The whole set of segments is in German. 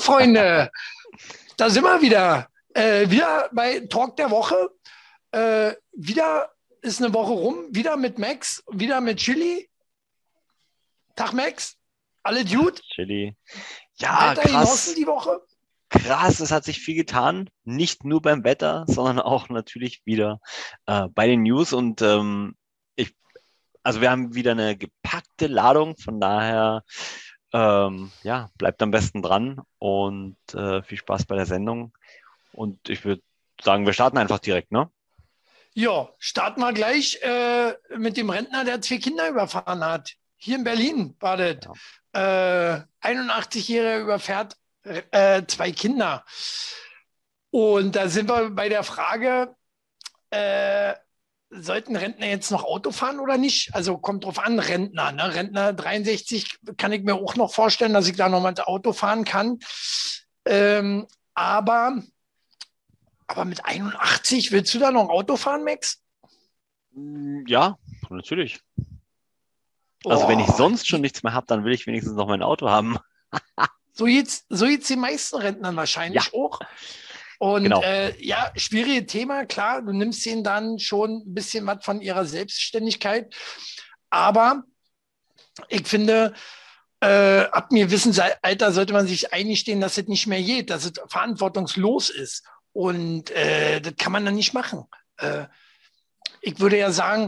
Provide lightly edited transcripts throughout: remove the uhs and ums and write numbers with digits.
Freunde, da sind wir wieder. Wieder bei Talk der Woche. Wieder ist eine Woche rum. Wieder mit Max, wieder mit Chili. Tag Max, alle Dude. Chili. Ja, Weiter hinaus krass. die Woche. Krass, es hat sich viel getan. Nicht nur beim Wetter, sondern auch natürlich wieder bei den News. Und also wir haben wieder eine gepackte Ladung. Von daher, ja, bleibt am besten dran und viel Spaß bei der Sendung. Und ich würde sagen, wir starten einfach direkt, ne? Ja, starten wir gleich mit dem Rentner, der 2 Kinder überfahren hat. Hier in Berlin war das. Ja. 81-Jähriger überfährt 2 Kinder. Und da sind wir bei der Frage, sollten Rentner jetzt noch Auto fahren oder nicht? Also kommt drauf an, Rentner. Ne? Rentner 63 kann ich mir auch noch vorstellen, dass ich da noch mal Auto fahren kann. Aber mit 81 willst du da noch Auto fahren, Max? Ja, natürlich. Also wenn ich Oh, sonst schon nichts mehr habe, dann will ich wenigstens noch mein Auto haben. so jetzt die meisten Rentner wahrscheinlich Ja, auch. Und genau. ja, schwieriges Thema, klar, du nimmst ihnen dann schon ein bisschen was von ihrer Selbstständigkeit. Aber ich finde, ab einem gewissen Alter sollte man sich eingestehen, dass es nicht mehr geht, dass es verantwortungslos ist. Und das kann man dann nicht machen. Ich würde ja sagen,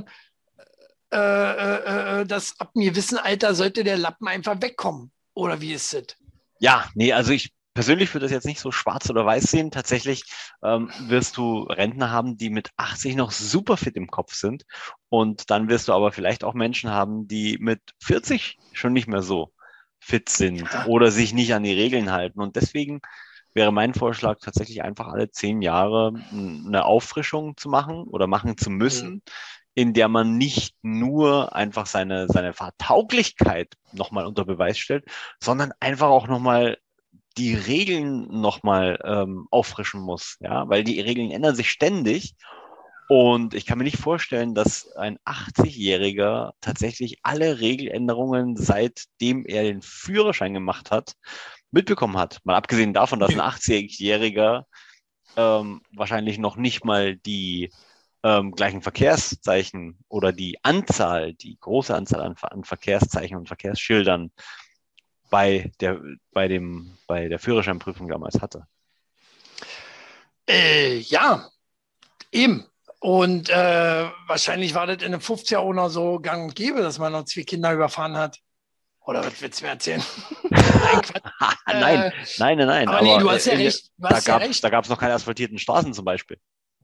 dass ab einem gewissen Alter sollte der Lappen einfach wegkommen. Oder wie ist das? Ja, nee, also ich persönlich würde das jetzt nicht so schwarz oder weiß sehen. Tatsächlich wirst du Rentner haben, die mit 80 noch super fit im Kopf sind. Und dann wirst du aber vielleicht auch Menschen haben, die mit 40 schon nicht mehr so fit sind Ja. oder sich nicht an die Regeln halten. Und deswegen wäre mein Vorschlag tatsächlich einfach alle 10 Jahre eine Auffrischung zu machen oder machen zu müssen, in der man nicht nur einfach seine Fahrtauglichkeit nochmal unter Beweis stellt, sondern einfach auch nochmal die Regeln nochmal auffrischen muss, ja, weil die Regeln ändern sich ständig und ich kann mir nicht vorstellen, dass ein 80-Jähriger tatsächlich alle Regeländerungen, seitdem er den Führerschein gemacht hat, mitbekommen hat. Mal abgesehen davon, dass ein 80-Jähriger wahrscheinlich noch nicht mal die gleichen Verkehrszeichen oder die große Anzahl an Verkehrszeichen und Verkehrsschildern bei der Führerscheinprüfung damals hatte. Ja, eben. Und wahrscheinlich war das in den 50er auch noch so gang und gäbe, dass man noch 2 Kinder überfahren hat. Oder was willst du mir erzählen? Nein, Quatsch. Nein. Aber nee, du hast ja recht. Da gab es noch keine asphaltierten Straßen zum Beispiel.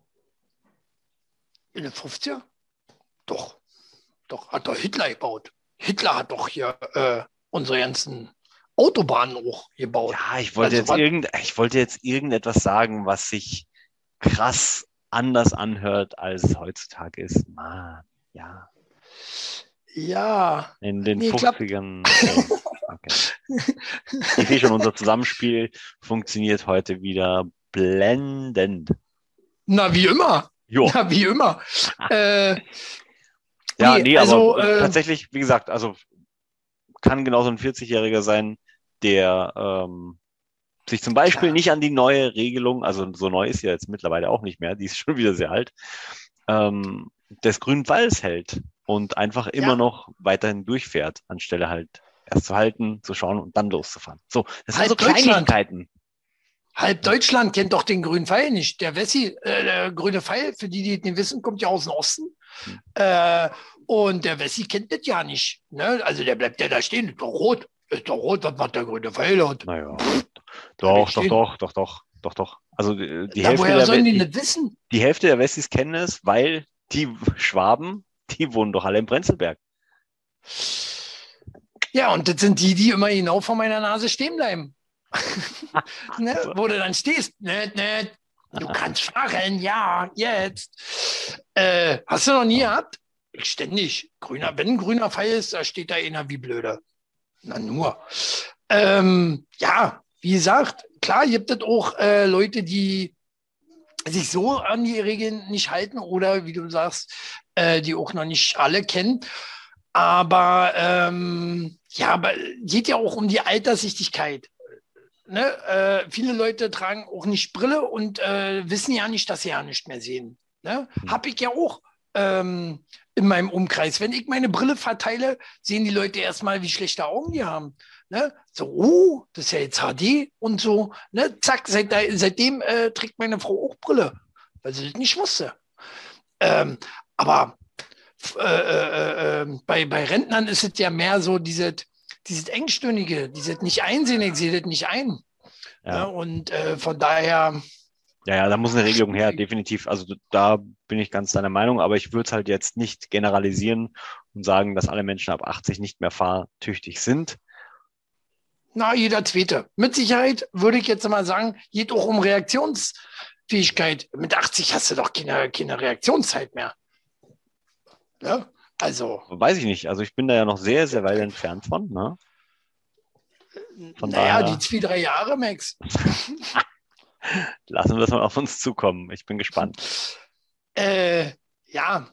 In den 50er? Doch. Doch, hat doch Hitler gebaut. Hitler hat doch hier unsere ganzen Autobahnen auch gebaut. Ja, ich wollte jetzt irgendetwas sagen, was sich krass anders anhört, als es heutzutage ist. Mann, ja. Ja. In den 50ern. Okay. Ich sehe schon, unser Zusammenspiel funktioniert heute wieder blendend. Na, wie immer. Jo. Na, wie immer. Ja, nee, also, aber tatsächlich, wie gesagt, also kann genauso ein 40-Jähriger sein, der sich zum Beispiel nicht an die neue Regelung, also so neu ist sie jetzt mittlerweile auch nicht mehr, die ist schon wieder sehr alt, des grünen Walls hält und einfach immer noch weiterhin durchfährt, anstelle halt erst zu halten, zu schauen und dann loszufahren. So, das sind so Kleinigkeiten. Halb Deutschland kennt doch den grünen Pfeil nicht. Der Wessi, der grüne Pfeil, für die es nicht wissen, kommt ja aus dem Osten. Und der Wessi kennt das ja nicht. Ne? Also der bleibt ja da stehen, ist doch rot. Ist doch rot, was macht der grüne Pfeil? Und naja, doch. Also die Hälfte woher sollen die nicht wissen? Die Hälfte der Wessis kennen es, weil die Schwaben, die wohnen doch alle im Prenzlberg. Ja, und das sind die immer genau vor meiner Nase stehen bleiben. Ne? Wo du dann stehst. Ne, du kannst fahren, ja, jetzt. Hast du noch nie gehabt? Ich ständig. Wenn ein grüner Pfeil ist, da steht da einer wie blöde. Na nur. Ja, wie gesagt, klar gibt es auch Leute, die sich so an die Regeln nicht halten oder, wie du sagst, die auch noch nicht alle kennen. Aber ja, aber geht ja auch um die Alterssichtigkeit. viele Leute tragen auch nicht Brille und wissen ja nicht, dass sie ja nicht mehr sehen. Ne? Habe ich ja auch in meinem Umkreis. Wenn ich meine Brille verteile, sehen die Leute erstmal, wie schlechte Augen die haben. Ne? So, oh, das ist ja jetzt HD und so. Ne? Zack, seitdem trägt meine Frau auch Brille, weil sie das nicht wusste. Aber bei Rentnern ist es ja mehr so dieses Engstirnige, dieses nicht einsehen, ich sehe das nicht ein. Ja. Ne? Und von daher. Ja, da muss eine Regelung her, definitiv. Also da bin ich ganz deiner Meinung, aber ich würde es halt jetzt nicht generalisieren und sagen, dass alle Menschen ab 80 nicht mehr fahrtüchtig sind. Na, jeder Zweite. Mit Sicherheit würde ich jetzt mal sagen, geht auch um Reaktionsfähigkeit. Mit 80 hast du doch keine Reaktionszeit mehr. Ja, also. Weiß ich nicht. Also ich bin da ja noch sehr, sehr weit entfernt von. Ne? Naja, die 2-3 Jahre, Max. Lassen wir das mal auf uns zukommen. Ich bin gespannt. Ja,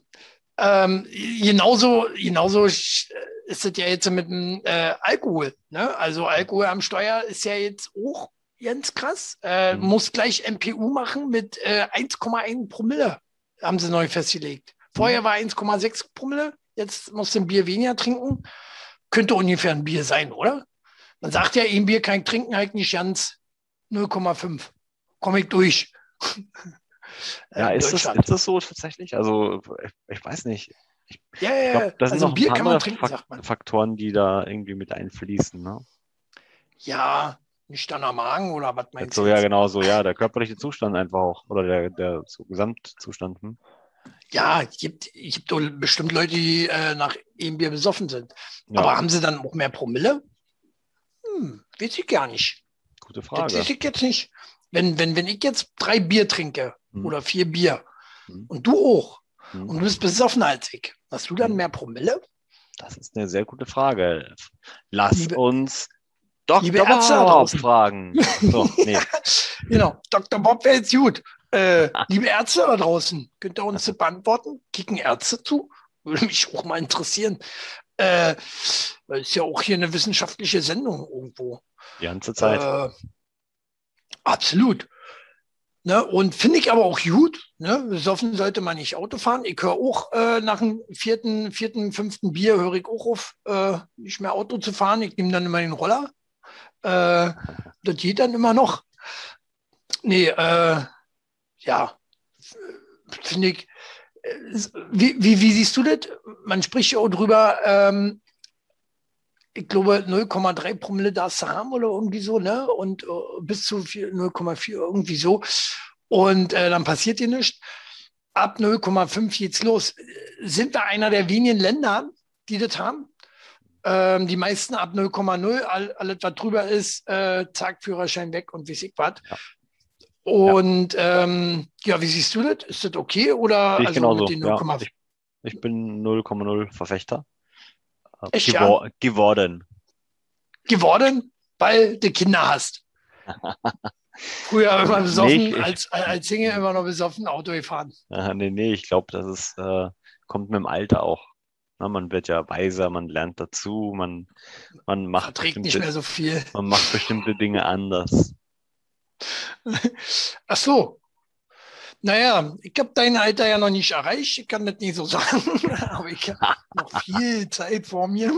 genauso ist es ja jetzt mit dem Alkohol. Ne? Also Alkohol am Steuer ist ja jetzt auch ganz krass. Muss gleich MPU machen mit 1,1 Promille, haben sie neu festgelegt. Vorher war 1,6 Promille, jetzt musst du ein Bier weniger trinken. Könnte ungefähr ein Bier sein, oder? Man sagt ja, ein Bier kann ich trinken, halt nicht ganz 0,5. Komme ich durch. Ja, ist das so tatsächlich? Also, ich weiß nicht. Ich glaube, da sind also noch Bier ein kann paar man trinken, sagt man. Faktoren, die da irgendwie mit einfließen. Ne? Ja, nüchterner Magen oder was meinst so, du? Ja, genau so, ja, der körperliche Zustand einfach auch. Oder der so Gesamtzustand. Ja, es gibt bestimmt Leute, die nach einem Bier besoffen sind. Ja. Aber haben sie dann auch mehr Promille? Weiß ich gar nicht. Gute Frage. Das weiß ich jetzt nicht. Wenn ich jetzt 3 Bier trinke oder 4 Bier und du auch und du bist besoffener als ich, hast du dann mehr Promille? Das ist eine sehr gute Frage. Lass uns Dr. Bob fragen. So, nee. Genau, Dr. Bob wäre jetzt gut. Liebe Ärzte da draußen, könnt ihr uns das beantworten? Kicken Ärzte zu? Würde mich auch mal interessieren. Weil es ist ja auch hier eine wissenschaftliche Sendung irgendwo. Die ganze Zeit. Absolut. Ne? Und finde ich aber auch gut. Ne? Besoffen sollte man nicht Auto fahren. Ich höre auch nach dem 4., 5. Bier höre ich auch auf, nicht mehr Auto zu fahren. Ich nehme dann immer den Roller. Das geht dann immer noch. Nee, ja, finde ich. Wie siehst du das? Man spricht ja auch drüber, ich glaube 0,3 Promille darfst du haben oder irgendwie so, ne? Und bis zu 0,4 irgendwie so. Und dann passiert dir nichts. Ab 0,5 geht's los. Sind wir einer der wenigen Länder, die das haben? Die meisten ab 0,0, alles was drüber ist, zack, Führerschein weg und weiß ich was. Ja. Und wie siehst du das? Ist das okay? Oder ich also genauso. Mit den 0,5? Ja, ich bin 0,0 Verfechter. Echt, Geworden. Geworden, weil du Kinder hast. Früher immer besoffen, als Single immer noch besoffen Auto gefahren. Nee, ich glaube, das ist, kommt mit dem Alter auch. Na, man wird ja weiser, man lernt dazu, man macht verträgt nicht mehr so viel. Man macht bestimmte Dinge anders. Ach so. Naja, ich habe dein Alter ja noch nicht erreicht, ich kann das nicht so sagen, aber ich habe noch viel Zeit vor mir.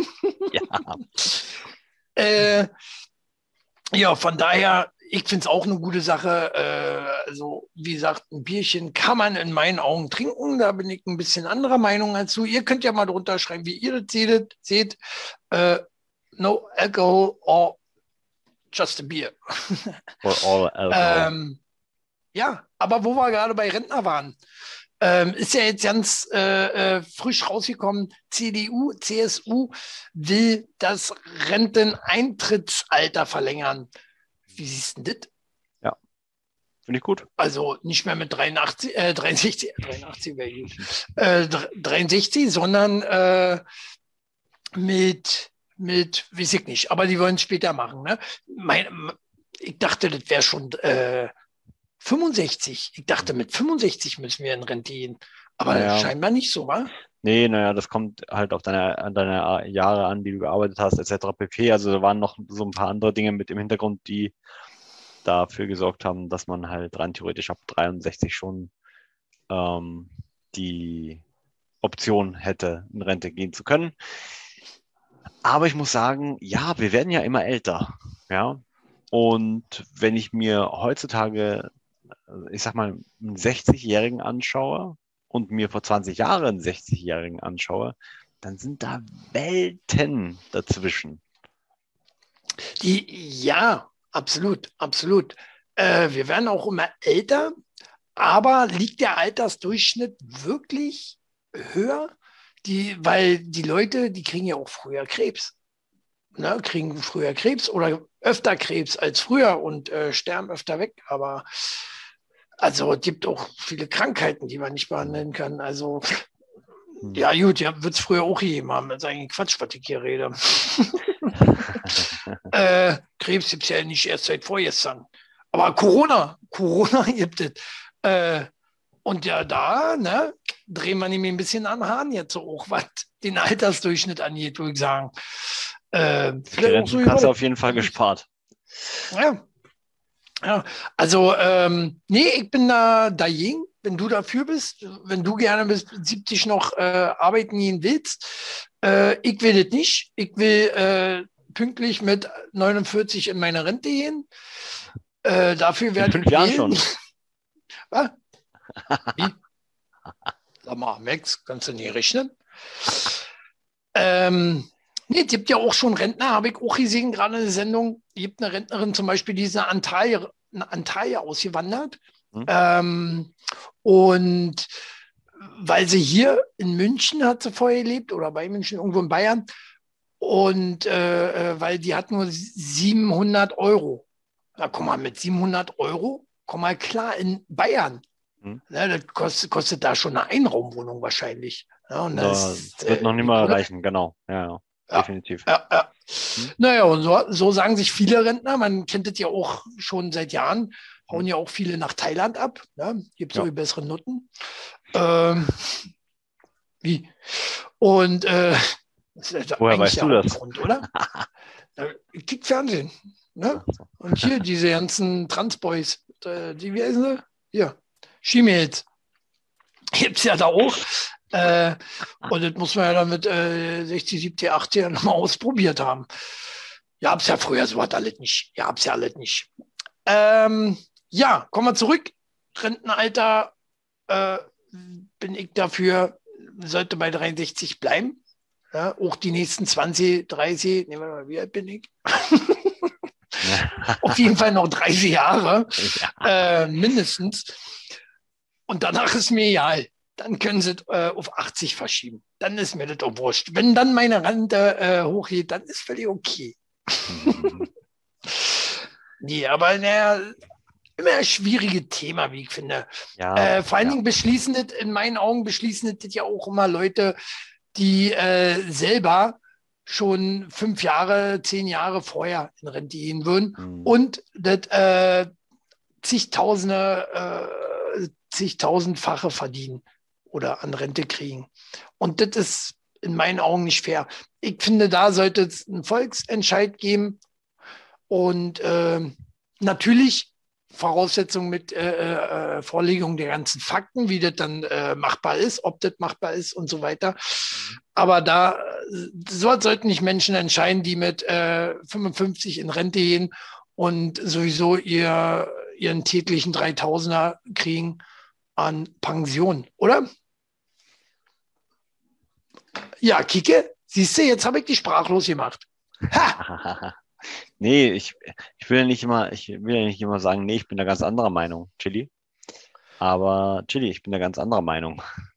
Ja, von daher, ich finde es auch eine gute Sache. Also, wie gesagt, ein Bierchen kann man in meinen Augen trinken, da bin ich ein bisschen anderer Meinung als du. Ihr könnt ja mal drunter schreiben, wie ihr das seht. No alcohol or just a beer. For all alcohol. Ja, aber wo wir gerade bei Rentner waren, ist ja jetzt ganz frisch rausgekommen, CDU, CSU will das Renteneintrittsalter verlängern. Wie siehst du das? Ja, finde ich gut. Also nicht mehr mit 63 wäre gut, 63, sondern mit, weiß ich nicht, aber die wollen es später machen. Ne? Ich dachte, das wäre schon 65. Ich dachte, mit 65 müssen wir in Rente gehen. Aber scheinbar nicht so, wa? Nee, naja, das kommt halt auf an deine Jahre an, die du gearbeitet hast, etc. pp. Also da waren noch so ein paar andere Dinge mit im Hintergrund, die dafür gesorgt haben, dass man halt rein theoretisch ab 63 schon ähm, die Option hätte, in Rente gehen zu können. Aber ich muss sagen, ja, wir werden ja immer älter, ja. Und wenn ich mir heutzutage, ich sag mal, einen 60-Jährigen anschaue und mir vor 20 Jahren einen 60-Jährigen anschaue, dann sind da Welten dazwischen. Ja, absolut, absolut. Wir werden auch immer älter, aber liegt der Altersdurchschnitt wirklich höher? Weil die Leute, die kriegen ja auch früher Krebs. Ne? Kriegen früher Krebs oder öfter Krebs als früher und sterben öfter weg. Aber also es gibt auch viele Krankheiten, die man nicht behandeln kann. Also ja gut, ja, wird es früher auch gegeben haben. Das ist eigentlich Quatsch, was ich hier rede. Krebs gibt es ja nicht erst seit vorgestern. Aber Corona gibt es. Und ja, da ne, drehen wir nämlich ein bisschen an Hahn jetzt so auch, was den Altersdurchschnitt angeht, würde ich sagen. Die Rentenkasse auf jeden Fall gespart. Ja, ja. Also, nee, ich bin da dagegen, wenn du dafür bist, wenn du gerne bis 70 noch arbeiten gehen willst. Ich will das nicht. Ich will pünktlich mit 49 in meine Rente gehen. Dafür werde ich 5 Jahren schon. Was? Wie? Sag mal, Max, kannst du nicht rechnen? Nee, es gibt ja auch schon Rentner, habe ich auch gesehen, gerade in der Sendung. Es gibt eine Rentnerin zum Beispiel, die ist nach Antalya ausgewandert. Und weil sie hier in München hat sie vorher gelebt oder bei München, irgendwo in Bayern. Und weil die hat nur 700 Euro. Na, guck mal, mit 700 Euro, komm mal klar, in Bayern. Ja, das kostet da schon eine Einraumwohnung wahrscheinlich. Ja, und das wird noch nicht mal reichen, genau. Ja, definitiv. Ja. Naja, und so sagen sich viele Rentner, man kennt das ja auch schon seit Jahren, hauen ja auch viele nach Thailand ab. Ne? Gibt so die besseren Nutten. Wie? Und woher weißt du das? Grund, oder? Ich krieg Fernsehen. Ne? Und hier diese ganzen Transboys, wie heißen sie? Hier, She-Mails. Gibt es ja da auch. Und das muss man ja dann mit 60, 70, 80 nochmal ausprobiert haben. Ihr habt es ja früher so was alles nicht. Ihr habt es ja alles nicht. Ja, kommen wir zurück. Rentenalter bin ich dafür, sollte bei 63 bleiben. Ja, auch die nächsten 20, 30, nehmen wir mal, wie alt bin ich? Auf jeden Fall noch 30 Jahre, mindestens. Und danach ist mir egal. Dann können sie auf 80 verschieben. Dann ist mir das auch wurscht. Wenn dann meine Rente hochgeht, dann ist völlig okay. Nee, aber naja, immer ein schwieriges Thema, wie ich finde. Ja, vor allen Dingen beschließen das, in meinen Augen beschließen das ja auch immer Leute, die selber schon 5 Jahre, 10 Jahre vorher in Rente gehen würden und das zigtausendfache verdienen oder an Rente kriegen. Und das ist in meinen Augen nicht fair. Ich finde, da sollte es einen Volksentscheid geben und natürlich Voraussetzung mit Vorlegung der ganzen Fakten, wie das dann machbar ist, ob das machbar ist und so weiter. Aber sollten nicht Menschen entscheiden, die mit 55 in Rente gehen und sowieso ihren täglichen 3000er kriegen an Pension, oder? Ja, Kike, siehst du, jetzt habe ich die sprachlos gemacht. Ha! Nee, ich will ja nicht immer sagen, nee, ich bin da ganz anderer Meinung, Chili. Aber Chili, ich bin da ganz anderer Meinung.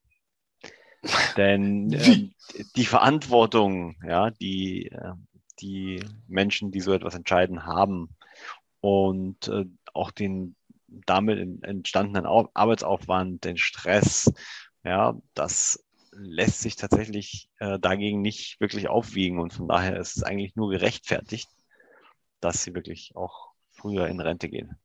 Denn die Verantwortung, ja, die Menschen, die so etwas entscheiden, haben und auch den damit entstandenen Arbeitsaufwand, den Stress, ja, das lässt sich tatsächlich dagegen nicht wirklich aufwiegen. Und von daher ist es eigentlich nur gerechtfertigt, dass sie wirklich auch früher in Rente gehen.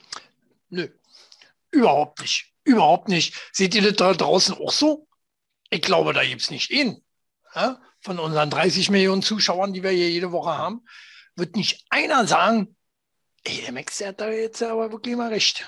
Nö, überhaupt nicht. Überhaupt nicht. Seht ihr das da draußen auch so? Ich glaube, da gibt es nicht einen. Ja? Von unseren 30 Millionen Zuschauern, die wir hier jede Woche haben, wird nicht einer sagen, ey, der Max, der hat da jetzt aber wirklich mal recht.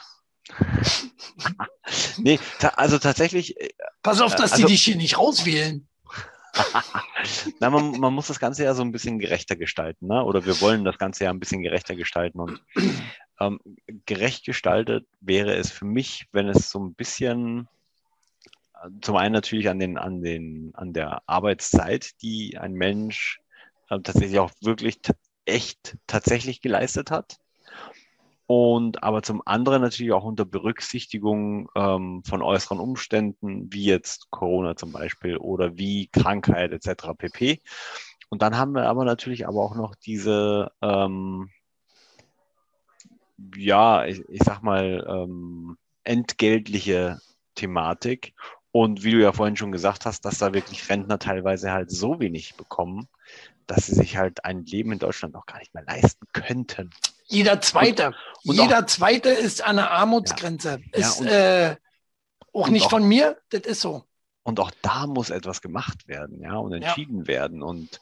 Nee, also tatsächlich, Pass auf, dass die dich hier nicht rauswählen. na, man muss das Ganze ja so ein bisschen gerechter gestalten, ne? Oder wir wollen das Ganze ja ein bisschen gerechter gestalten. Und gerecht gestaltet wäre es für mich, wenn es so ein bisschen, zum einen natürlich an der Arbeitszeit, die ein Mensch tatsächlich auch wirklich echt tatsächlich geleistet hat. Und aber zum anderen natürlich auch unter Berücksichtigung von äußeren Umständen, wie jetzt Corona zum Beispiel oder wie Krankheit etc. pp. Und dann haben wir aber natürlich aber auch noch diese, ja, ich sag mal, entgeltliche Thematik. Und wie du ja vorhin schon gesagt hast, dass da wirklich Rentner teilweise halt so wenig bekommen, dass sie sich halt ein Leben in Deutschland auch gar nicht mehr leisten könnten. Jeder Zweite. Und Jeder Zweite ist an der Armutsgrenze. Ja, Ist auch nicht von mir, das ist so. Und auch da muss etwas gemacht werden, ja, und entschieden werden. Und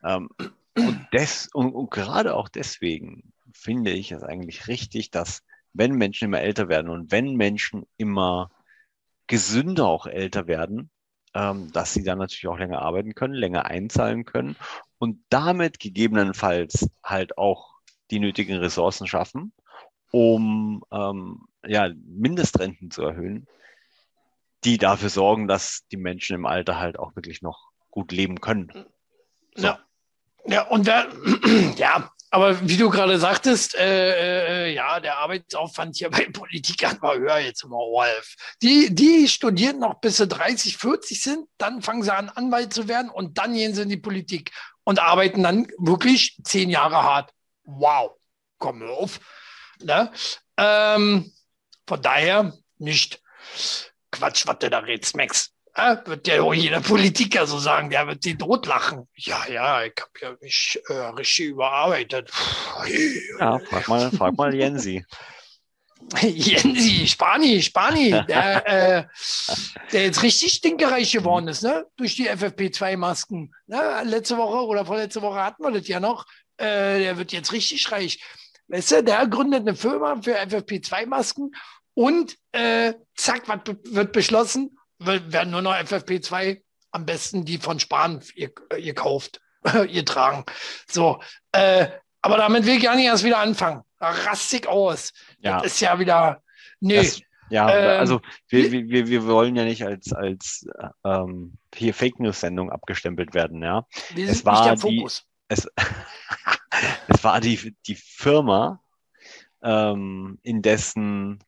gerade auch deswegen finde ich es eigentlich richtig, dass wenn Menschen immer älter werden und wenn Menschen immer gesünder auch älter werden, dass sie dann natürlich auch länger arbeiten können, länger einzahlen können und damit gegebenenfalls halt auch die nötigen Ressourcen schaffen, um ja, Mindestrenten zu erhöhen, die dafür sorgen, dass die Menschen im Alter halt auch wirklich noch gut leben können. So. Ja, und ja, aber wie du gerade sagtest, ja, der Arbeitsaufwand hier bei Politikern war höher jetzt immer ORF. Die studieren noch bis sie 30, 40 sind, dann fangen sie an, Anwalt zu werden und dann gehen sie in die Politik und arbeiten dann wirklich 10 Jahre hart. Wow, komm auf. Ne? Von daher nicht Quatsch, was du da redest, Max. Wird ja auch jeder Politiker so sagen, der wird sie totlachen. Ja, ich habe ja mich richtig überarbeitet. Ja, frag mal Jensi. Jensi, Spani, der jetzt richtig stinkereich geworden ist, ne? Durch die FFP2-Masken. Ne? Letzte Woche oder vorletzte Woche hatten wir das ja noch. Der wird jetzt richtig reich. Weißt du, der gründet eine Firma für FFP2-Masken und zack, was wird beschlossen? Werden nur noch FFP2, am besten die von Spahn gekauft, getragen. So, aber damit will ich gar nicht erst wieder anfangen. Rastig aus. Ja. Das ist ja wieder, nee. Also wir wollen ja nicht als hier Fake News-Sendung abgestempelt werden, ja. Wir sind nicht der Fokus. Es war die Firma, in dessen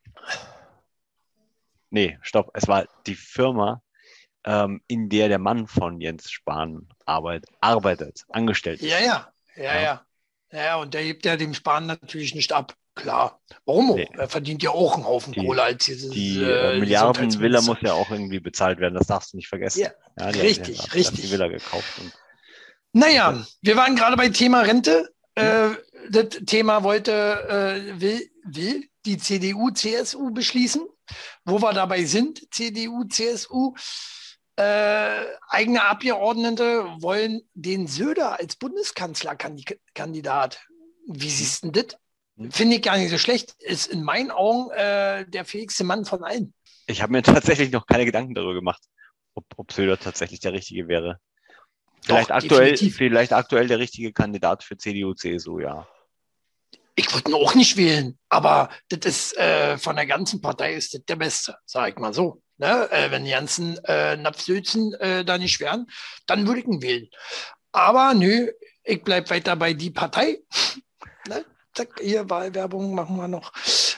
es war die Firma, in der Mann von Jens Spahn arbeitet, angestellt ist. Ja, und der gibt ja dem Spahn natürlich nicht ab. Klar. Warum? Nee. Er verdient ja auch einen Haufen Kohle als dieses die Milliardenvilla muss ja auch irgendwie bezahlt werden, das darfst du nicht vergessen. Ja, richtig. Hat die Villa gekauft. Naja, wir waren gerade bei Thema Rente. Das Thema will die CDU, CSU beschließen. Wo wir dabei sind, CDU, CSU, eigene Abgeordnete wollen den Söder als Bundeskanzlerkandidat. Wie siehst du das? Finde ich gar nicht so schlecht. Ist in meinen Augen der fähigste Mann von allen. Ich habe mir tatsächlich noch keine Gedanken darüber gemacht, ob Söder tatsächlich der Richtige wäre. Vielleicht aktuell der richtige Kandidat für CDU, CSU, ja. Ich würde ihn auch nicht wählen, aber das ist von der ganzen Partei ist das der Beste, sage ich mal so. Ne? Wenn die ganzen Napfsülzen da nicht wären, dann würde ich ihn wählen. Aber nö, ich bleibe weiter bei die Partei. Ne? Zack, hier Wahlwerbung machen wir noch.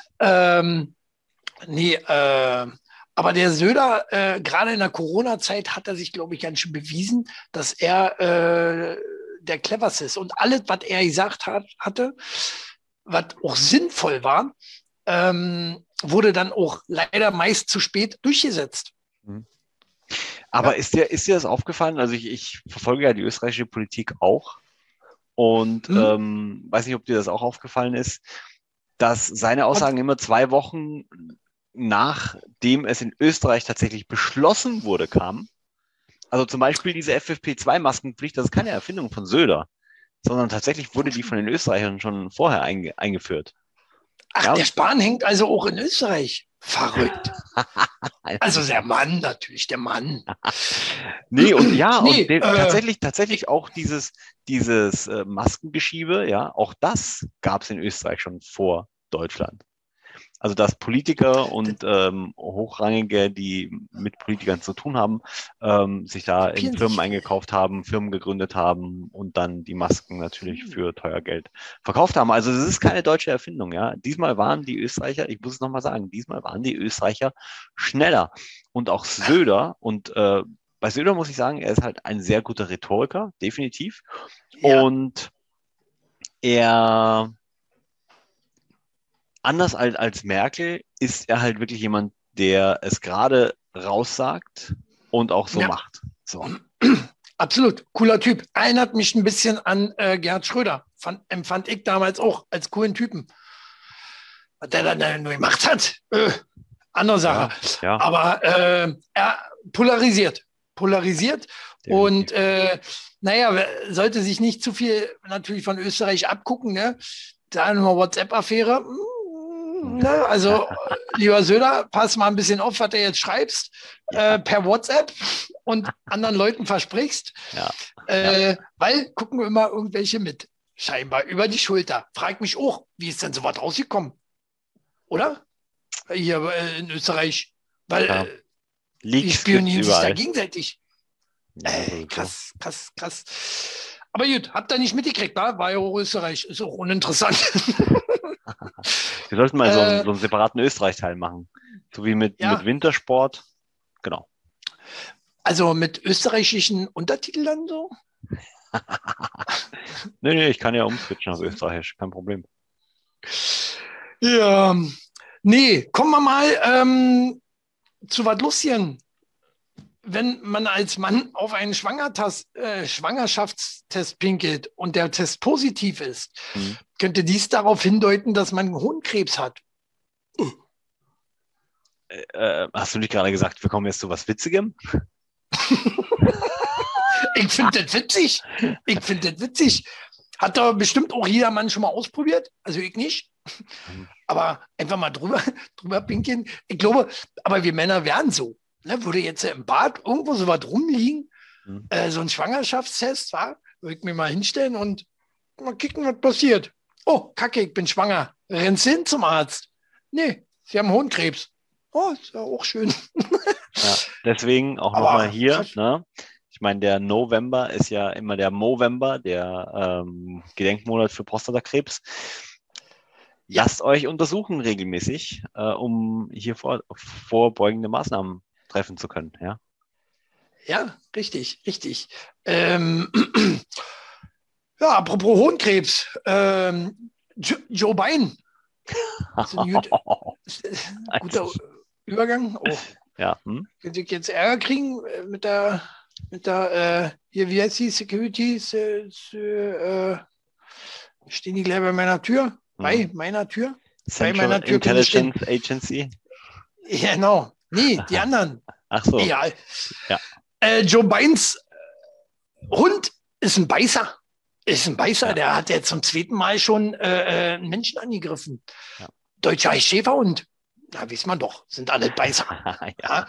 Aber der Söder, gerade in der Corona-Zeit, hat er sich, glaube ich, ganz schön bewiesen, dass er der Cleverste ist. Und alles, was er gesagt hatte, was auch sinnvoll war, wurde dann auch leider meist zu spät durchgesetzt. Aber ist dir das aufgefallen? Also ich verfolge ja die österreichische Politik auch und weiß nicht, ob dir das auch aufgefallen ist, dass seine Aussagen immer 2 Wochen nachdem es in Österreich tatsächlich beschlossen wurde, kamen. Also zum Beispiel diese FFP2-Maskenpflicht, das ist keine Erfindung von Söder, sondern tatsächlich wurde die von den Österreichern schon vorher eingeführt. Ach, Ja, der Spahn hängt also auch in Österreich. Verrückt. Also der Mann natürlich, der Mann. nee, und ja, und Nee, tatsächlich auch dieses Maskengeschiebe, ja, auch das gab es in Österreich schon vor Deutschland. Also dass Politiker und Hochrangige, die mit Politikern zu tun haben, sich da in kopieren Firmen sich. eingekauft haben, Firmen gegründet haben und dann die Masken natürlich für teuer Geld verkauft haben. Also es ist keine deutsche Erfindung, ja. Diesmal waren die Österreicher, ich muss es nochmal sagen, diesmal waren die Österreicher schneller. Und auch Söder und bei Söder muss ich sagen, er ist halt ein sehr guter Rhetoriker, definitiv. Ja, Und er anders als Merkel ist er halt wirklich jemand, der es gerade raussagt und auch so ja. macht. So. Absolut, cooler Typ. Erinnert mich ein bisschen an Gerhard Schröder. Empfand ich damals auch als coolen Typen. Was der dann nur gemacht hat, andere Sache. Ja, ja, Aber er polarisiert. Polarisiert. Und definitiv. naja, sollte sich nicht zu viel natürlich von Österreich abgucken. Ne? Da nur WhatsApp-Affäre. Ne? Also, lieber Söder, pass mal ein bisschen auf, was du jetzt schreibst Ja, per WhatsApp und anderen Leuten versprichst. ja, ja. Weil gucken wir immer irgendwelche mit. Scheinbar über die Schulter. Frag mich auch, wie ist denn sowas rausgekommen? Oder? Hier in Österreich. Weil Klar. die Leaks gibt's spionieren sich da überall. gegenseitig. Ja, sowieso. Krass, krass, krass. Aber gut, habt ihr nicht mitgekriegt, war ja auch Österreich. Ist auch uninteressant. Wir sollten mal äh, so einen separaten Österreich-Teil machen. So wie mit ja, Wintersport. Genau. also mit österreichischen Untertiteln dann so. Nee, ich kann ja umswitchen auf Österreichisch. Kein Problem. Ja, nee, kommen wir mal zu was Lustigem. Wenn man als Mann auf einen Schwangerschaftstest pinkelt und der Test positiv ist, Hm. könnte dies darauf hindeuten, dass man Hodenkrebs hat. Hast du nicht gerade gesagt, wir kommen jetzt zu was Witzigem? Ich finde das witzig. Ich finde das witzig. Hat doch bestimmt auch jeder Mann schon mal ausprobiert. Also ich nicht. Hm. Aber einfach mal drüber pinkeln. Ich glaube, aber wir Männer wären so. Ne? Würde jetzt im Bad irgendwo so was rumliegen, Hm. so ein Schwangerschaftstest, würde ich mir mal hinstellen und mal kicken, was passiert. Oh, Kacke, ich bin schwanger. Rennst hin zum Arzt. Nee, Sie haben Hodenkrebs. Oh, ist ja auch schön. Ja, deswegen auch nochmal Aber hier, krass. ne? Ich meine, der November ist ja immer der Movember, der Gedenkmonat für Prostatakrebs. Ja, Lasst euch untersuchen regelmäßig, um hier vorbeugende Maßnahmen treffen zu können. Ja, ja, richtig, richtig. Ja, apropos Hodenkrebs. Joe Biden. Ist ein guter Übergang. Oh, ja, könnte ich jetzt Ärger kriegen hier, wie heißt die Security? Stehen die gleich bei meiner Tür? Bei meiner Tür? Bei Central meiner Tür können die stehen. Intelligence Agency. Ja, genau. Nee, die anderen. Ach so, Egal. ja. Joe Bidens Hund ist ein Beißer. Ist ein Beißer, Ja. der hat jetzt zum zweiten Mal schon einen Menschen angegriffen. Ja. Deutscher Schäferhund. Na, weiß man doch, sind alle Beißer. Ja.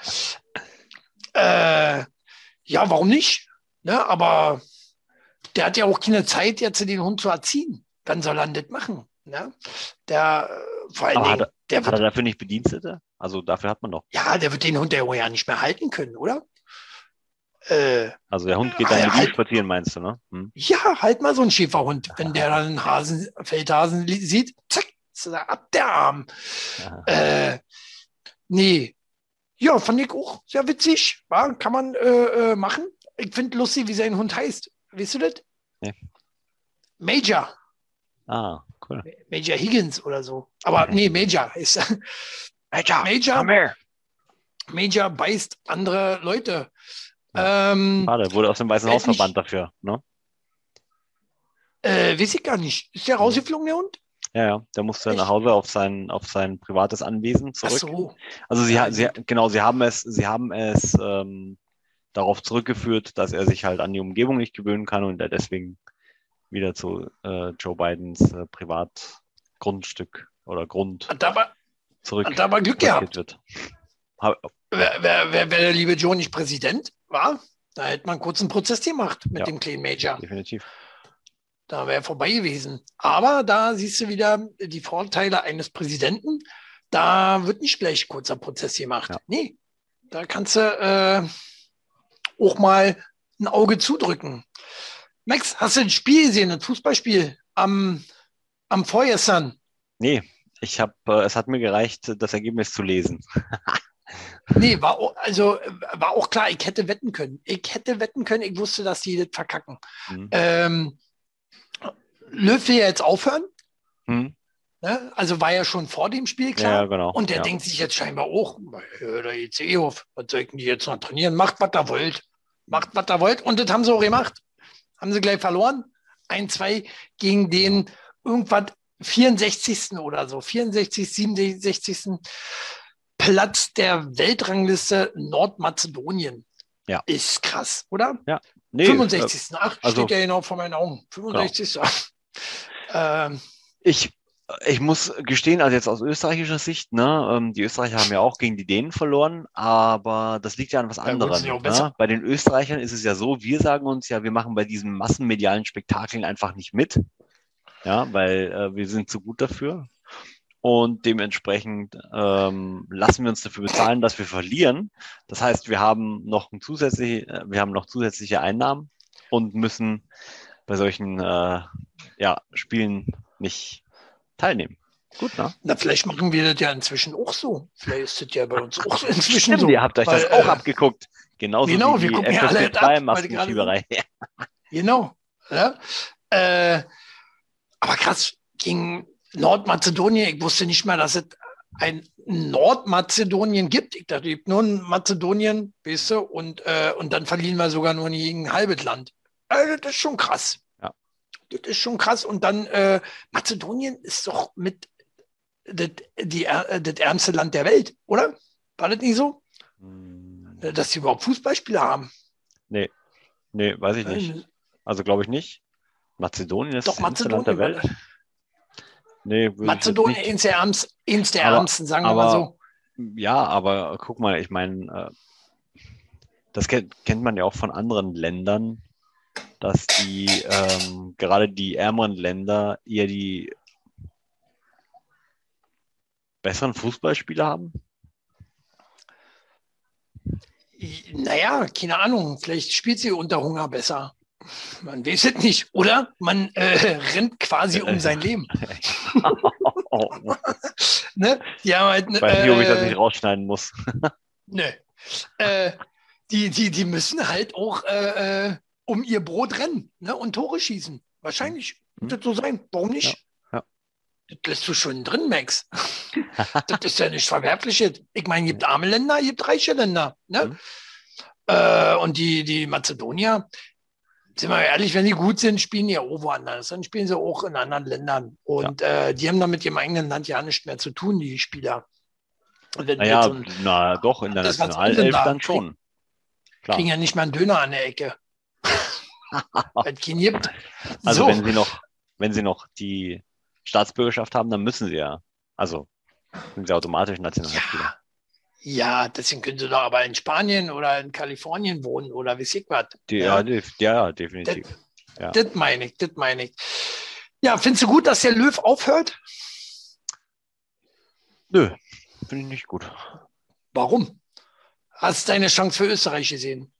Ja, warum nicht? Ne, aber der hat ja auch keine Zeit, jetzt den Hund zu erziehen. Dann soll er das machen. Ne? Vor allen Aber Dingen, hat er dafür nicht Bedienstete? Also dafür hat man doch. ja, der wird den Hund ja nicht mehr halten können, oder? Also der Hund geht dann mit ihm halt, spazieren, meinst du, ne? ja, halt mal so einen Schäferhund. Wenn der dann einen Feldhasen sieht, zack, ist er ab der Arm. Nee. Ja, fand ich auch sehr witzig. Kann man machen. Ich finde lustig, wie sein Hund heißt. Weißt du das? Nee. Major. Ah, cool. Major Higgins oder so. Aber nee, Major ist Major. Major beißt andere Leute. Ja. Schade, wurde aus dem Weißen Haus verbannt dafür, ne? Weiß ich gar nicht. Ist der rausgeflogen, der Hund? Ja, der musste Echt? nach Hause auf sein privates Anwesen zurück. Ach so. Also sie Ja, haben es darauf zurückgeführt, dass er sich halt an die Umgebung nicht gewöhnen kann und er deswegen wieder zu Joe Bidens Privatgrundstück oder Grund Hat aber Glück gehabt. wird. Wäre der liebe Joe nicht Präsident, war, da hätte man kurz einen Prozess gemacht mit dem kleinen Major. Definitiv. Da wäre vorbei gewesen. Aber da siehst du wieder die Vorteile eines Präsidenten. Da wird nicht gleich kurzer Prozess gemacht. Ja. Nee, da kannst du auch mal ein Auge zudrücken. Max, hast du ein Spiel gesehen, ein Fußballspiel am vorgestern? Nee, es hat mir gereicht, das Ergebnis zu lesen. Nee, war auch klar, ich hätte wetten können. Ich wusste, dass die das verkacken. Löw will ja jetzt aufhören. Ne? Also war ja schon vor dem Spiel klar. Ja, genau. Und der denkt sich jetzt scheinbar auch, da geht's eh auf. Was sollten die jetzt noch trainieren? Macht, was ihr wollt. Und das haben sie auch gemacht. Haben sie gleich verloren. 1-2 gegen den irgendwas 64. oder so. 64., 67. Platz der Weltrangliste Nordmazedonien. Ja. Ist krass, oder? Ja. Nee, 65. Steht ja genau vor meinen Augen. 65. Genau. Ich muss gestehen, also jetzt aus österreichischer Sicht, ne, die Österreicher haben ja auch gegen die Dänen verloren, aber das liegt ja an was anderem. Ne? Bei den Österreichern ist es ja so, wir sagen uns ja, wir machen bei diesen massenmedialen Spektakeln einfach nicht mit, ja, weil wir sind zu gut dafür. Und dementsprechend lassen wir uns dafür bezahlen, dass wir verlieren. Das heißt, wir haben noch zusätzliche Einnahmen und müssen bei solchen Spielen nicht teilnehmen. Gut, ne? Na, vielleicht machen wir das ja inzwischen auch so. Vielleicht ist das ja bei uns auch inzwischen Stimmt, so. Ihr habt euch das auch abgeguckt. Genauso genau, wie die FFP2-Maskenschieberei. Genau. Ja? Aber krass, gegen Nordmazedonien, ich wusste nicht mal, dass es ein Nordmazedonien gibt. Ich dachte, es gibt nur ein Mazedonien, weißt du, und dann verlieren wir sogar nur gegen ein halbes Land. Das ist schon krass. Ja. Das ist schon krass. Und dann, Mazedonien ist doch mit das ärmste Land der Welt, oder? War das nicht so? Dass sie überhaupt Fußballspieler haben? Nee, weiß ich nicht. Also glaube ich nicht. Mazedonien ist doch, das ärmste Land der Welt. Nee, Mazedonien ist eins der ärmsten, sagen wir mal so. Ja, aber guck mal, ich meine, das kennt man ja auch von anderen Ländern, dass die gerade die ärmeren Länder eher die besseren Fußballspieler haben. Naja, keine Ahnung, vielleicht spielt sie unter Hunger besser. Man weiß es nicht, oder? Man rennt quasi um sein Leben. Ne? Halt, ich weiß nicht, ob ich das nicht rausschneiden muss. Nö. Die müssen halt auch um ihr Brot rennen, ne? Und Tore schießen. Wahrscheinlich wird das so sein. Warum nicht? Ja. Das lässt du schon drin, Max. Das ist ja nicht verwerflich. Ich meine, es gibt arme Länder, es gibt reiche Länder. Ne? Und die Mazedonier, sind wir ehrlich, wenn die gut sind, spielen die ja auch woanders. Dann spielen sie auch in anderen Ländern. Und die haben dann mit ihrem eigenen Land ja nichts mehr zu tun, die Spieler. Naja, doch, in der Nationalelf dann schon. Klar. Kriegen ja nicht mal einen Döner an der Ecke. Weil es keinen gibt. Also wenn sie noch die Staatsbürgerschaft haben, dann müssen sie ja. Also sind sie automatisch Nationalspieler. Ja, deswegen können sie doch aber in Spanien oder in Kalifornien wohnen oder wie ich was. Ja, definitiv. Das meine ich. Ja, findest du gut, dass der Löw aufhört? Nö, finde ich nicht gut. Warum? Hast du deine Chance für Österreich gesehen?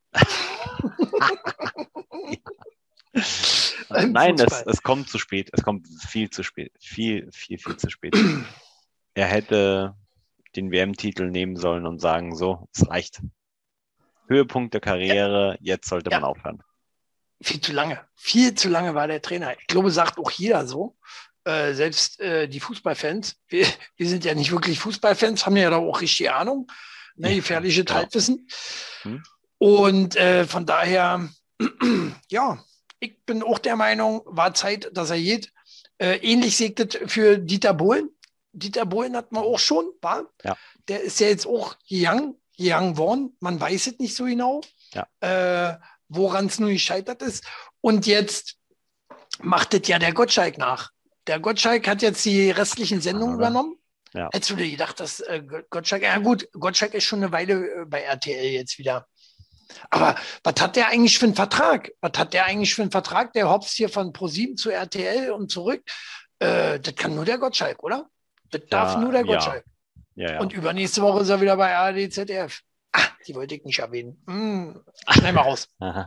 Nein, es kommt zu spät. Es kommt viel zu spät. Viel zu spät. Er hätte den WM-Titel nehmen sollen und sagen, so, es reicht. Höhepunkt der Karriere, jetzt sollte man aufhören. Viel zu lange war der Trainer. Ich glaube, sagt auch jeder so. Selbst die Fußballfans. Wir sind ja nicht wirklich Fußballfans, haben ja da auch richtig Ahnung. Ne, gefährliches Halbwissen. Und von daher, ja, ich bin auch der Meinung, war Zeit, dass er geht. Ähnlich segnet für Dieter Bohlen. Dieter Bohlen hat man auch schon, war? Ja. Der ist ja jetzt auch young worden. Man weiß es nicht so genau. woran es nur gescheitert ist. Und jetzt macht es ja der Gottschalk nach. Der Gottschalk hat jetzt die restlichen Sendungen übernommen. Ja. Hättest du dir gedacht, dass Gottschalk, ja gut, Gottschalk ist schon eine Weile bei RTL jetzt wieder. Aber was hat der eigentlich für einen Vertrag? Der hopst hier von ProSieben zu RTL und zurück. Das kann nur der Gottschalk, oder? Das darf nur der Gottschalk. Ja. Und übernächste Woche ist er wieder bei ARD, ZDF. Die wollte ich nicht erwähnen. Schnell mal raus.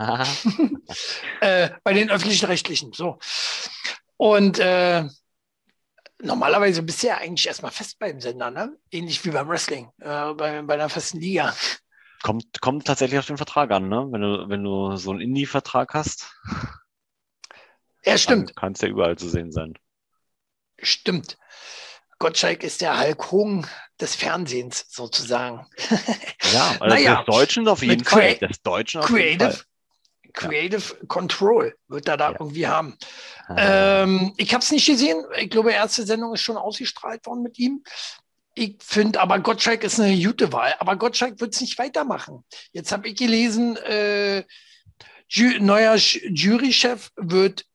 Bei den Öffentlich-Rechtlichen. So. Und normalerweise bist du ja eigentlich erstmal fest beim Sender, ne? Ähnlich wie beim Wrestling, bei einer festen Liga. Kommt tatsächlich auf den Vertrag an, ne? Wenn du so einen Indie-Vertrag hast. Ja, stimmt. Dann kannst du ja überall zu sehen sein. Stimmt. Gottschalk ist der Hulk Hogan des Fernsehens sozusagen. Ja, also des Deutschen auf jeden Fall. Des Deutschen auf jeden Fall. Creative Control wird er da irgendwie haben. Ich habe es nicht gesehen. Ich glaube, erste Sendung ist schon ausgestrahlt worden mit ihm. Ich finde aber, Gottschalk ist eine gute Wahl. Aber Gottschalk wird es nicht weitermachen. Jetzt habe ich gelesen, neuer Jurychef wird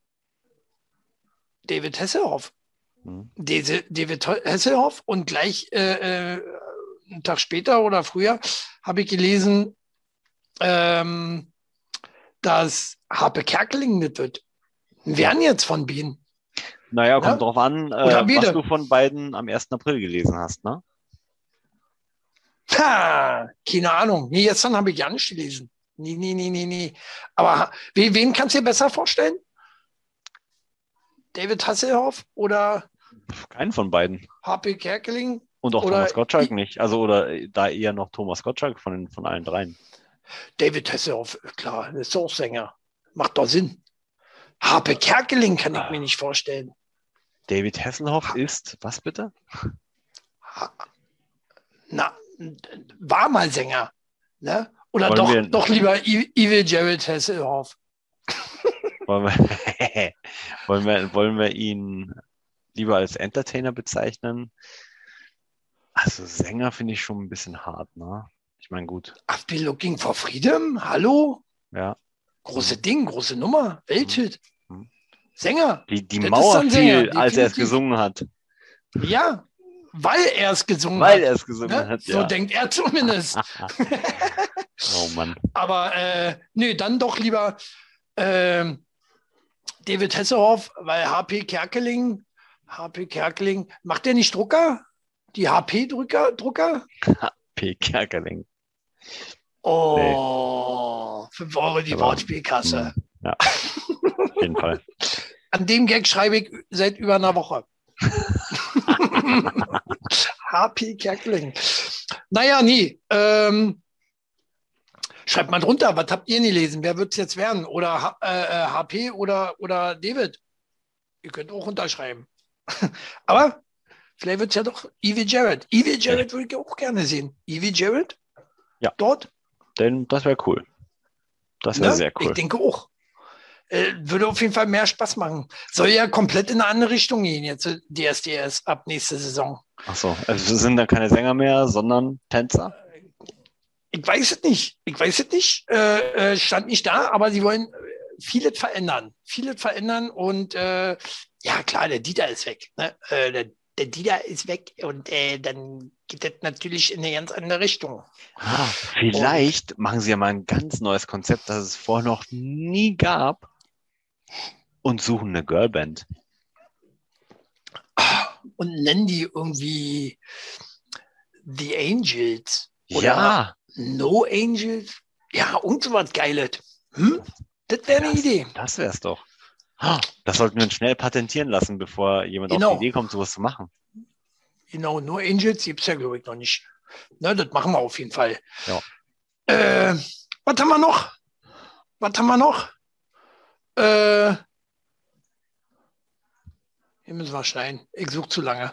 David Hasselhoff. David Hasselhoff und gleich einen Tag später oder früher habe ich gelesen, dass Harpe Kerkeling das wird. Werden jetzt von Bienen. Naja, kommt drauf an, was du von beiden am 1. April gelesen hast, ne? Keine Ahnung. Nee, gestern habe ich ja nicht gelesen. Nee. Aber wen kannst du dir besser vorstellen? David Hasselhoff oder? Keinen von beiden. Harpe Kerkeling? Und auch Thomas Gottschalk nicht. Also, oder da eher noch Thomas Gottschalk von allen dreien. David Hasselhoff, klar, ist auch Sänger. Macht doch Sinn. Harpe Kerkeling kann ich mir nicht vorstellen. David Hasselhoff ist, was bitte? War mal Sänger. Ne? Oder doch lieber Evil Jared Hasselhoff. Wollen wir ihn lieber als Entertainer bezeichnen? Also Sänger finde ich schon ein bisschen hart, ne? Ich meine, gut. I've been looking for freedom? Hallo? Ja. Große Ding, große Nummer, Welthit. Sänger. Die Mauer fiel, als er es gesungen hat. Ja, weil er es gesungen hat. So denkt er zumindest. Oh Mann. Aber dann doch lieber David Hasselhoff, weil HP Kerkeling, macht der nicht Drucker? Die HP-Drucker? HP Kerkeling. Oh, 5 Euro die Wortspielkasse. Ja, auf jeden Fall. An dem Gag schreibe ich seit über einer Woche. HP Kerkeling. Naja, nie. Schreibt mal drunter, was habt ihr nie gelesen? Wer wird es jetzt werden? Oder HP oder David? Ihr könnt auch runterschreiben. Aber vielleicht wird es ja doch Evil Jared. Evil Jared würde ich auch gerne sehen. Evil Jared? Ja. Dort? Denn das wäre cool. Das wäre sehr cool. Ich denke auch. Würde auf jeden Fall mehr Spaß machen. Soll ja komplett in eine andere Richtung gehen jetzt, DSDS, ab nächste Saison. Achso, also sind da keine Sänger mehr, sondern Tänzer? Ich weiß es nicht. Stand nicht da, aber sie wollen vieles verändern. Und ja, klar, der Dieter ist weg. Ne? Der Dieter ist weg und dann geht das natürlich in eine ganz andere Richtung. Vielleicht machen sie ja mal ein ganz neues Konzept, das es vorher noch nie gab und suchen eine Girlband. Und nennen die irgendwie The Angels. Oder ja. No Angels. Ja, und so was Geiles. Das wäre eine Idee. Das wäre es doch. Das sollten wir uns schnell patentieren lassen, bevor jemand auf die Idee kommt, sowas zu machen. Genau, No Angels gibt es ja, glaube ich, noch nicht. Na, das machen wir auf jeden Fall. Ja. Was haben wir noch? Hier müssen wir schneiden. Ich suche zu lange.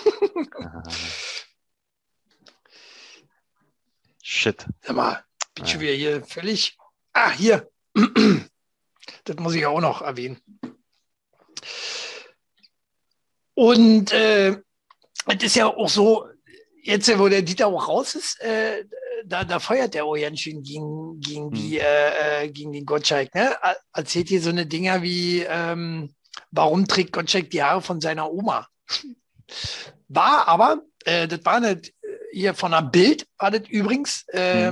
Shit. Sag mal, bin schon wieder hier völlig... hier. Das muss ich auch noch erwähnen. Und es ist ja auch so, jetzt wo der Dieter auch raus ist, da feuert der Ojanschin gegen den Gottschalk. Ne? Erzählt hier so eine Dinger wie, warum trägt Gottschalk die Haare von seiner Oma? War aber, das war nicht hier von einer Bild, war das übrigens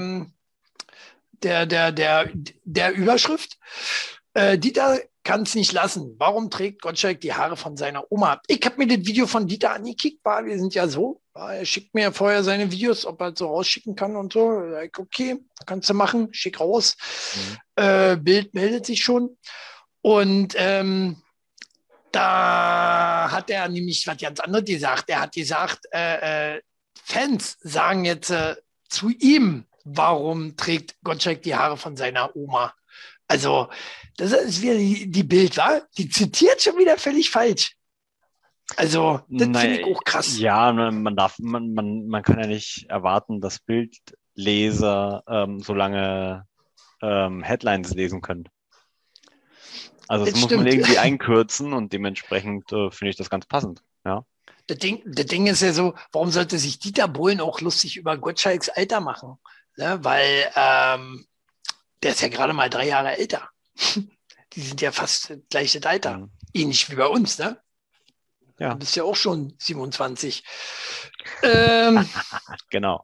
der Überschrift. Dieter kann es nicht lassen. Warum trägt Gottschalk die Haare von seiner Oma? Ich habe mir das Video von Dieter angekickt, wir sind ja so. Er schickt mir vorher seine Videos, ob er so rausschicken kann und so. Okay, kannst du machen, schick raus. Bild meldet sich schon. Und da hat er nämlich was ganz anderes gesagt. Er hat gesagt, Fans sagen jetzt zu ihm, warum trägt Gottschalk die Haare von seiner Oma? Also, das ist wieder die Bild, wa? Die zitiert schon wieder völlig falsch. Also, das finde ich auch krass. Ja, man kann ja nicht erwarten, dass Bildleser so lange Headlines lesen können. Also das muss man irgendwie einkürzen und dementsprechend finde ich das ganz passend. Ja. Das Ding ist ja so, warum sollte sich Dieter Bohlen auch lustig über Gottschalks Alter machen? Ne? Weil der ist ja gerade mal 3 Jahre älter. Die sind ja fast gleiches Alter. Ähnlich wie bei uns, ne? Ja. Du bist ja auch schon 27. Genau.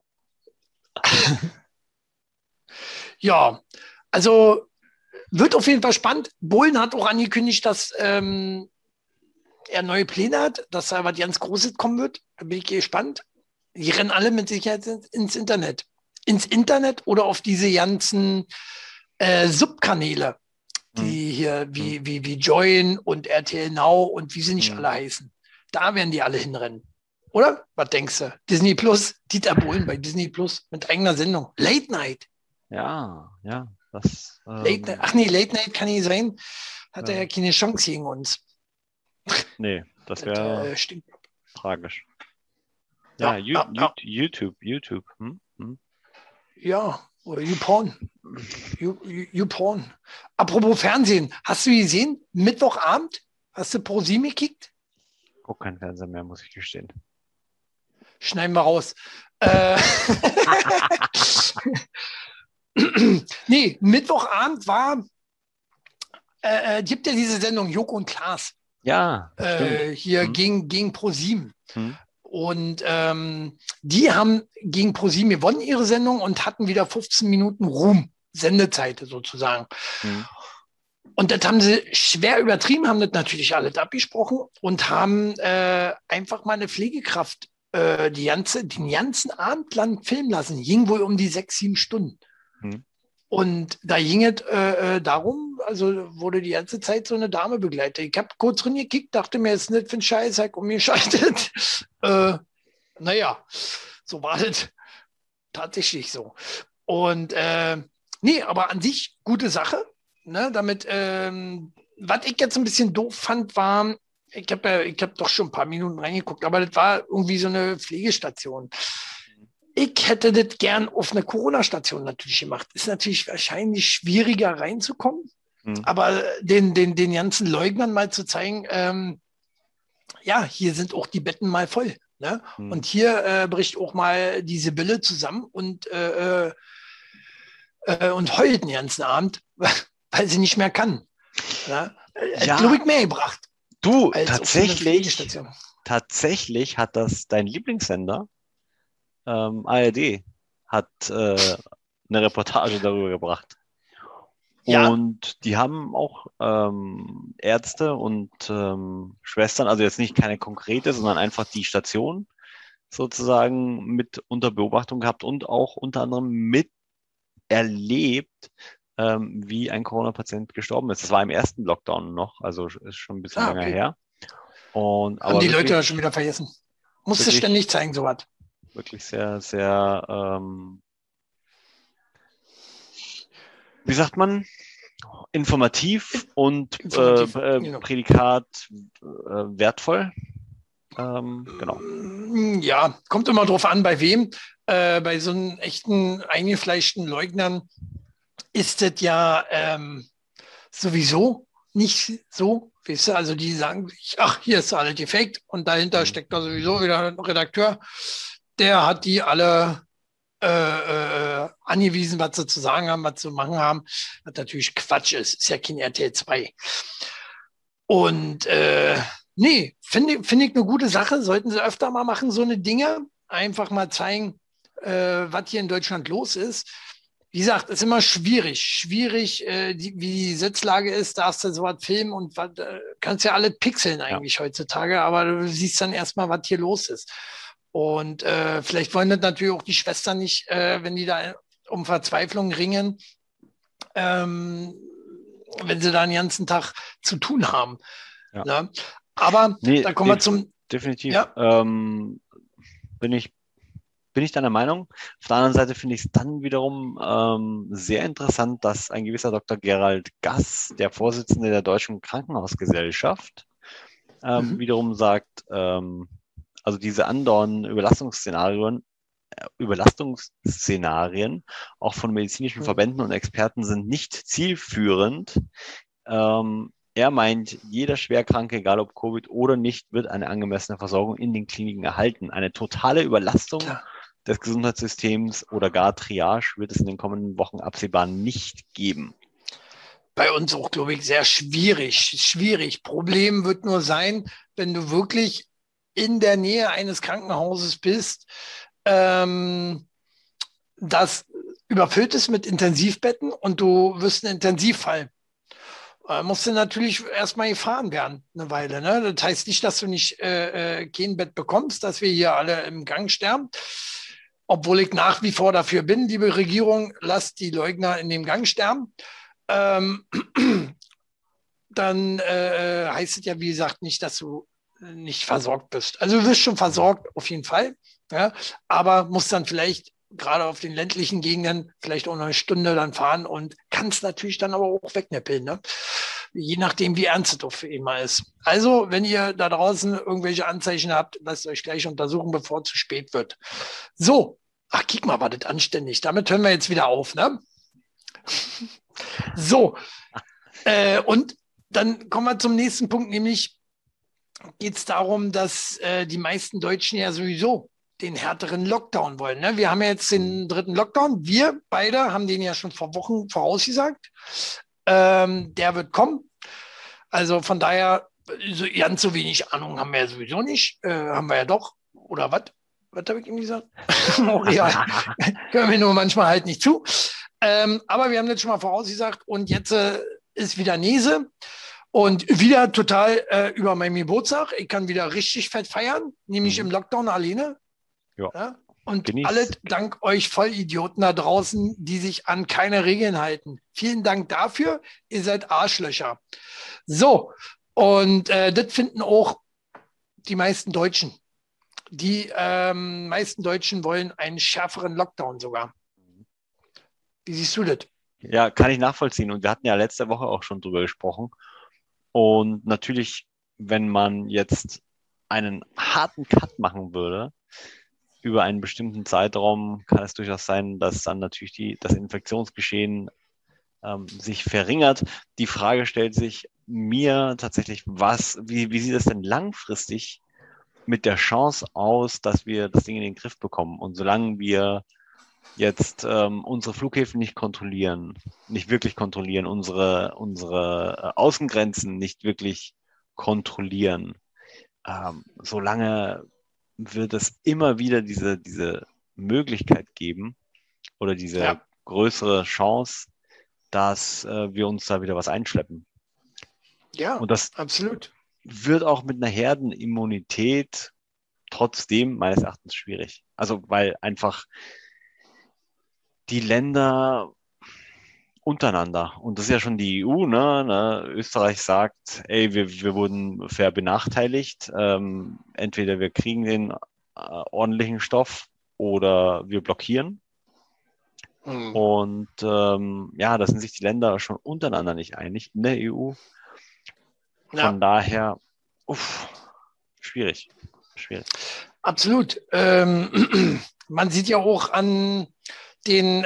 Ja, also wird auf jeden Fall spannend. Bohlen hat auch angekündigt, dass er neue Pläne hat, dass da was ganz Großes kommen wird. Da bin ich gespannt. Die rennen alle mit Sicherheit ins Internet. Ins Internet oder auf diese ganzen Subkanäle, die hier wie Join und RTL Now und wie sie nicht alle heißen. Da werden die alle hinrennen. Oder? Was denkst du? Disney Plus, Dieter Bohlen bei Disney Plus mit eigener Sendung. Late Night. Ja. Late Night. Ach nee, Late Night kann nicht sein. Hat er ja keine Chance gegen uns. Nee, das wäre tragisch. Ja, YouTube. Ja, oder YouPorn. YouPorn. Apropos Fernsehen, hast du gesehen? Mittwochabend? Hast du ProSieben gekickt? Ich gucke keinen Fernseher mehr, muss ich gestehen. Schneiden wir raus. Nee, Mittwochabend war, gibt ja diese Sendung Joko und Klaas. Ja, hier gegen ProSieben. Und die haben gegen ProSieben gewonnen, ihre Sendung, und hatten wieder 15 Minuten Ruhm, Sendezeit sozusagen. Und das haben sie schwer übertrieben, haben das natürlich alles abgesprochen und haben einfach mal eine Pflegekraft den ganzen Abend lang filmen lassen. Ging wohl um die 6-7 Stunden. Und da ging es darum, also wurde die ganze Zeit so eine Dame begleitet. Ich habe kurz drin gekickt, dachte mir, ist nicht für einen Scheiß, habe umgeschaltet. Naja, so war das tatsächlich so. Und nee, aber an sich gute Sache. Ne? Damit, was ich jetzt ein bisschen doof fand, war, ich hab doch schon ein paar Minuten reingeguckt, aber das war irgendwie so eine Pflegestation. Ich hätte das gern auf eine Corona-Station natürlich gemacht. Ist natürlich wahrscheinlich schwieriger reinzukommen, aber den ganzen Leugnern mal zu zeigen, ja, hier sind auch die Betten mal voll. Ne? Und hier bricht auch mal die Sibylle zusammen und heult den ganzen Abend, weil sie nicht mehr kann. Ne? Ja. Glaube ich, mehr gebracht. Du, tatsächlich hat das dein Lieblingssender, ARD, hat eine Reportage darüber gebracht. Ja. Und die haben auch Ärzte und Schwestern, also jetzt nicht keine konkrete, sondern einfach die Station sozusagen mit unter Beobachtung gehabt und auch unter anderem miterlebt, wie ein Corona-Patient gestorben ist. Das war im ersten Lockdown noch, also ist schon ein bisschen länger her. Und, haben die Leute das schon wieder vergessen. Musst du ständig zeigen, sowas. Wirklich sehr, sehr, wie sagt man, informativ und genau. Prädikat wertvoll. Genau. Ja, kommt immer drauf an, bei wem. Bei so einen echten eingefleischten Leugnern ist das ja sowieso nicht so. Weißt du? Also die sagen sich, ach, hier ist alles defekt und dahinter steckt da sowieso wieder ein Redakteur. Der hat die alle angewiesen, was sie zu sagen haben, was sie zu machen haben, was natürlich Quatsch ist. Ist ja kein RTL 2. Und nee, finde ich eine gute Sache. Sollten sie öfter mal machen, so eine Dinge. Einfach mal zeigen, was hier in Deutschland los ist. Wie gesagt, ist immer schwierig, wie die Sitzlage ist, darfst du sowas filmen und kannst ja alle pixeln eigentlich heutzutage, aber du siehst dann erstmal, was hier los ist. Und vielleicht wollen das natürlich auch die Schwestern nicht, wenn die da um Verzweiflung ringen, wenn sie da den ganzen Tag zu tun haben. Ja. Ne? Aber nee, da kommen wir zum... Definitiv. Ja. Bin ich deiner Meinung. Auf der anderen Seite finde ich es dann wiederum sehr interessant, dass ein gewisser Dr. Gerald Gass, der Vorsitzende der Deutschen Krankenhausgesellschaft, wiederum sagt, also diese andauernden Überlastungsszenarien auch von medizinischen Verbänden und Experten sind nicht zielführend. Er meint, jeder Schwerkranke, egal ob Covid oder nicht, wird eine angemessene Versorgung in den Kliniken erhalten. Eine totale Überlastung des Gesundheitssystems oder gar Triage wird es in den kommenden Wochen absehbar nicht geben. Bei uns auch, glaube ich, sehr schwierig. Problem wird nur sein, wenn du wirklich in der Nähe eines Krankenhauses bist, das überfüllt ist mit Intensivbetten und du wirst ein Intensivfall. Musst du natürlich erstmal gefahren werden, eine Weile. Ne? Das heißt nicht, dass du nicht kein Bett bekommst, dass wir hier alle im Gang sterben. Obwohl ich nach wie vor dafür bin, liebe Regierung, lasst die Leugner in dem Gang sterben. Dann heißt es ja, wie gesagt, nicht, dass du nicht versorgt bist. Also du wirst schon versorgt, auf jeden Fall. Ja? Aber musst dann vielleicht gerade auf den ländlichen Gegenden vielleicht auch noch eine Stunde dann fahren und kannst natürlich dann aber auch wegnippeln, ne? Je nachdem, wie ernst es auf immer ist. Also, wenn ihr da draußen irgendwelche Anzeichen habt, lasst euch gleich untersuchen, bevor es zu spät wird. So, ach, guck mal, war das anständig. Damit hören wir jetzt wieder auf, ne? So, und dann kommen wir zum nächsten Punkt, nämlich geht es darum, dass die meisten Deutschen ja sowieso den härteren Lockdown wollen. Ne? Wir haben ja jetzt den 3. Lockdown. Wir beide haben den ja schon vor Wochen vorausgesagt. Der wird kommen. Also von daher, so ganz so wenig Ahnung haben wir ja sowieso nicht. Haben wir ja doch. Oder was? Was habe ich ihm gesagt? Oh, ja. Hören wir nur manchmal halt nicht zu. Aber wir haben das schon mal vorausgesagt. Und jetzt ist wieder Nese. Und wieder total über meinen Geburtstag. Ich kann wieder richtig fett feiern. Nämlich im Lockdown alleine. Ja? Und alles dank euch Vollidioten da draußen, die sich an keine Regeln halten. Vielen Dank dafür. Ihr seid Arschlöcher. So, und das finden auch die meisten Deutschen. Die meisten Deutschen wollen einen schärferen Lockdown sogar. Wie siehst du das? Ja, kann ich nachvollziehen. Und wir hatten ja letzte Woche auch schon drüber gesprochen. Und natürlich, wenn man jetzt einen harten Cut machen würde, über einen bestimmten Zeitraum kann es durchaus sein, dass dann natürlich das Infektionsgeschehen sich verringert. Die Frage stellt sich mir tatsächlich, wie sieht es denn langfristig mit der Chance aus, dass wir das Ding in den Griff bekommen? Und solange wir jetzt unsere Flughäfen nicht wirklich kontrollieren, unsere Außengrenzen nicht wirklich kontrollieren, solange wird es immer wieder diese Möglichkeit geben oder diese größere Chance, dass wir uns da wieder was einschleppen. Ja, und das absolut. Wird auch mit einer Herdenimmunität trotzdem meines Erachtens schwierig. Also weil einfach die Länder untereinander, und das ist ja schon die EU, ne? Österreich sagt, ey, wir wurden fair benachteiligt, entweder wir kriegen den ordentlichen Stoff oder wir blockieren. Und da sind sich die Länder schon untereinander nicht einig in der EU. Von daher, schwierig. Absolut. Man sieht ja auch an den,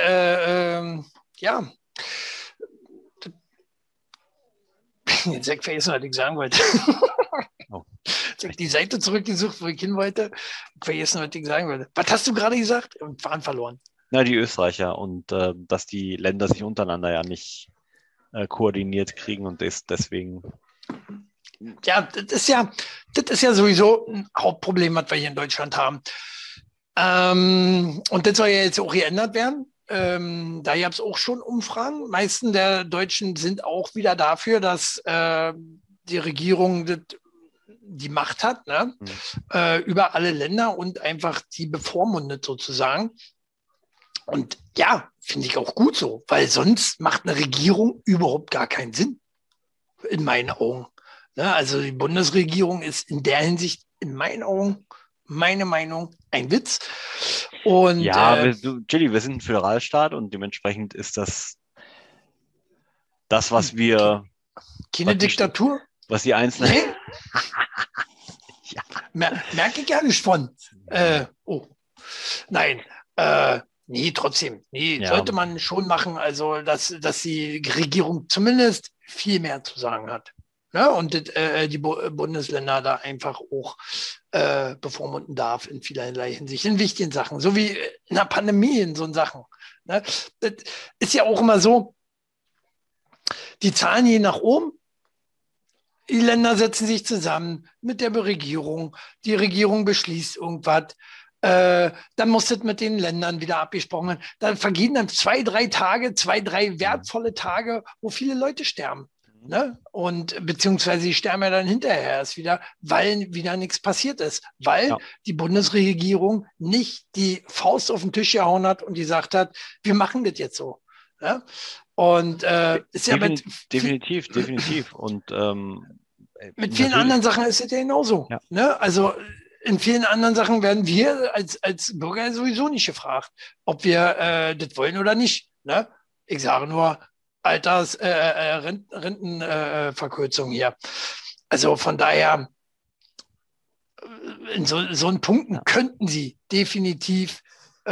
jetzt habe ich vergessen, was ich sagen wollte. Ich habe die Seite zurückgesucht, wo ich hin wollte. Ich vergessen, was ich sagen wollte. Was hast du gerade gesagt? Und Faden verloren. Na, die Österreicher und dass die Länder sich untereinander ja nicht koordiniert kriegen und deswegen. Ja, das ist ja sowieso ein Hauptproblem, was wir hier in Deutschland haben. Und das soll ja jetzt auch geändert werden. Da gab es auch schon Umfragen. Die meisten der Deutschen sind auch wieder dafür, dass die Regierung die Macht hat, ne? Hm. Über alle Länder und einfach die bevormundet sozusagen. Und ja, finde ich auch gut so, weil sonst macht eine Regierung überhaupt gar keinen Sinn, in meinen Augen. Ne? Also die Bundesregierung ist in der Hinsicht, in meinen Augen, meine Meinung, ein Witz. Und Ja, Jilly, wir sind ein Föderalstaat und dementsprechend ist das, was wir, keine Diktatur? was die einzelnen. Nee. Ja. Merke ich gar nicht von. Oh, nein. Nee, trotzdem. Nee, Ja. sollte man schon machen, also dass die Regierung zumindest viel mehr zu sagen hat. Ne? Und die Bundesländer da einfach auch bevormunden darf in vielerlei Hinsicht, in wichtigen Sachen, so wie in der Pandemie, in so Sachen. Ne? Das ist ja auch immer so, die Zahlen gehen nach oben, die Länder setzen sich zusammen mit der Regierung, die Regierung beschließt irgendwas, dann muss das mit den Ländern wieder abgesprochen werden. Dann vergehen dann 2, 3 Tage, 2, 3 wertvolle Tage, wo viele Leute sterben. Ne? Und beziehungsweise sie sterben ja dann hinterher erst wieder, weil wieder nichts passiert ist. Weil die Bundesregierung nicht die Faust auf den Tisch gehauen hat und gesagt hat, wir machen das jetzt so. Ja? Und ist ja definitiv. Und mit vielen anderen Sachen ist es ja genauso. Ja. Ne? Also in vielen anderen Sachen werden wir als Bürger sowieso nicht gefragt, ob wir das wollen oder nicht. Ne? Ich sage nur Rentenverkürzung hier. Also von daher, in so einen Punkten könnten sie definitiv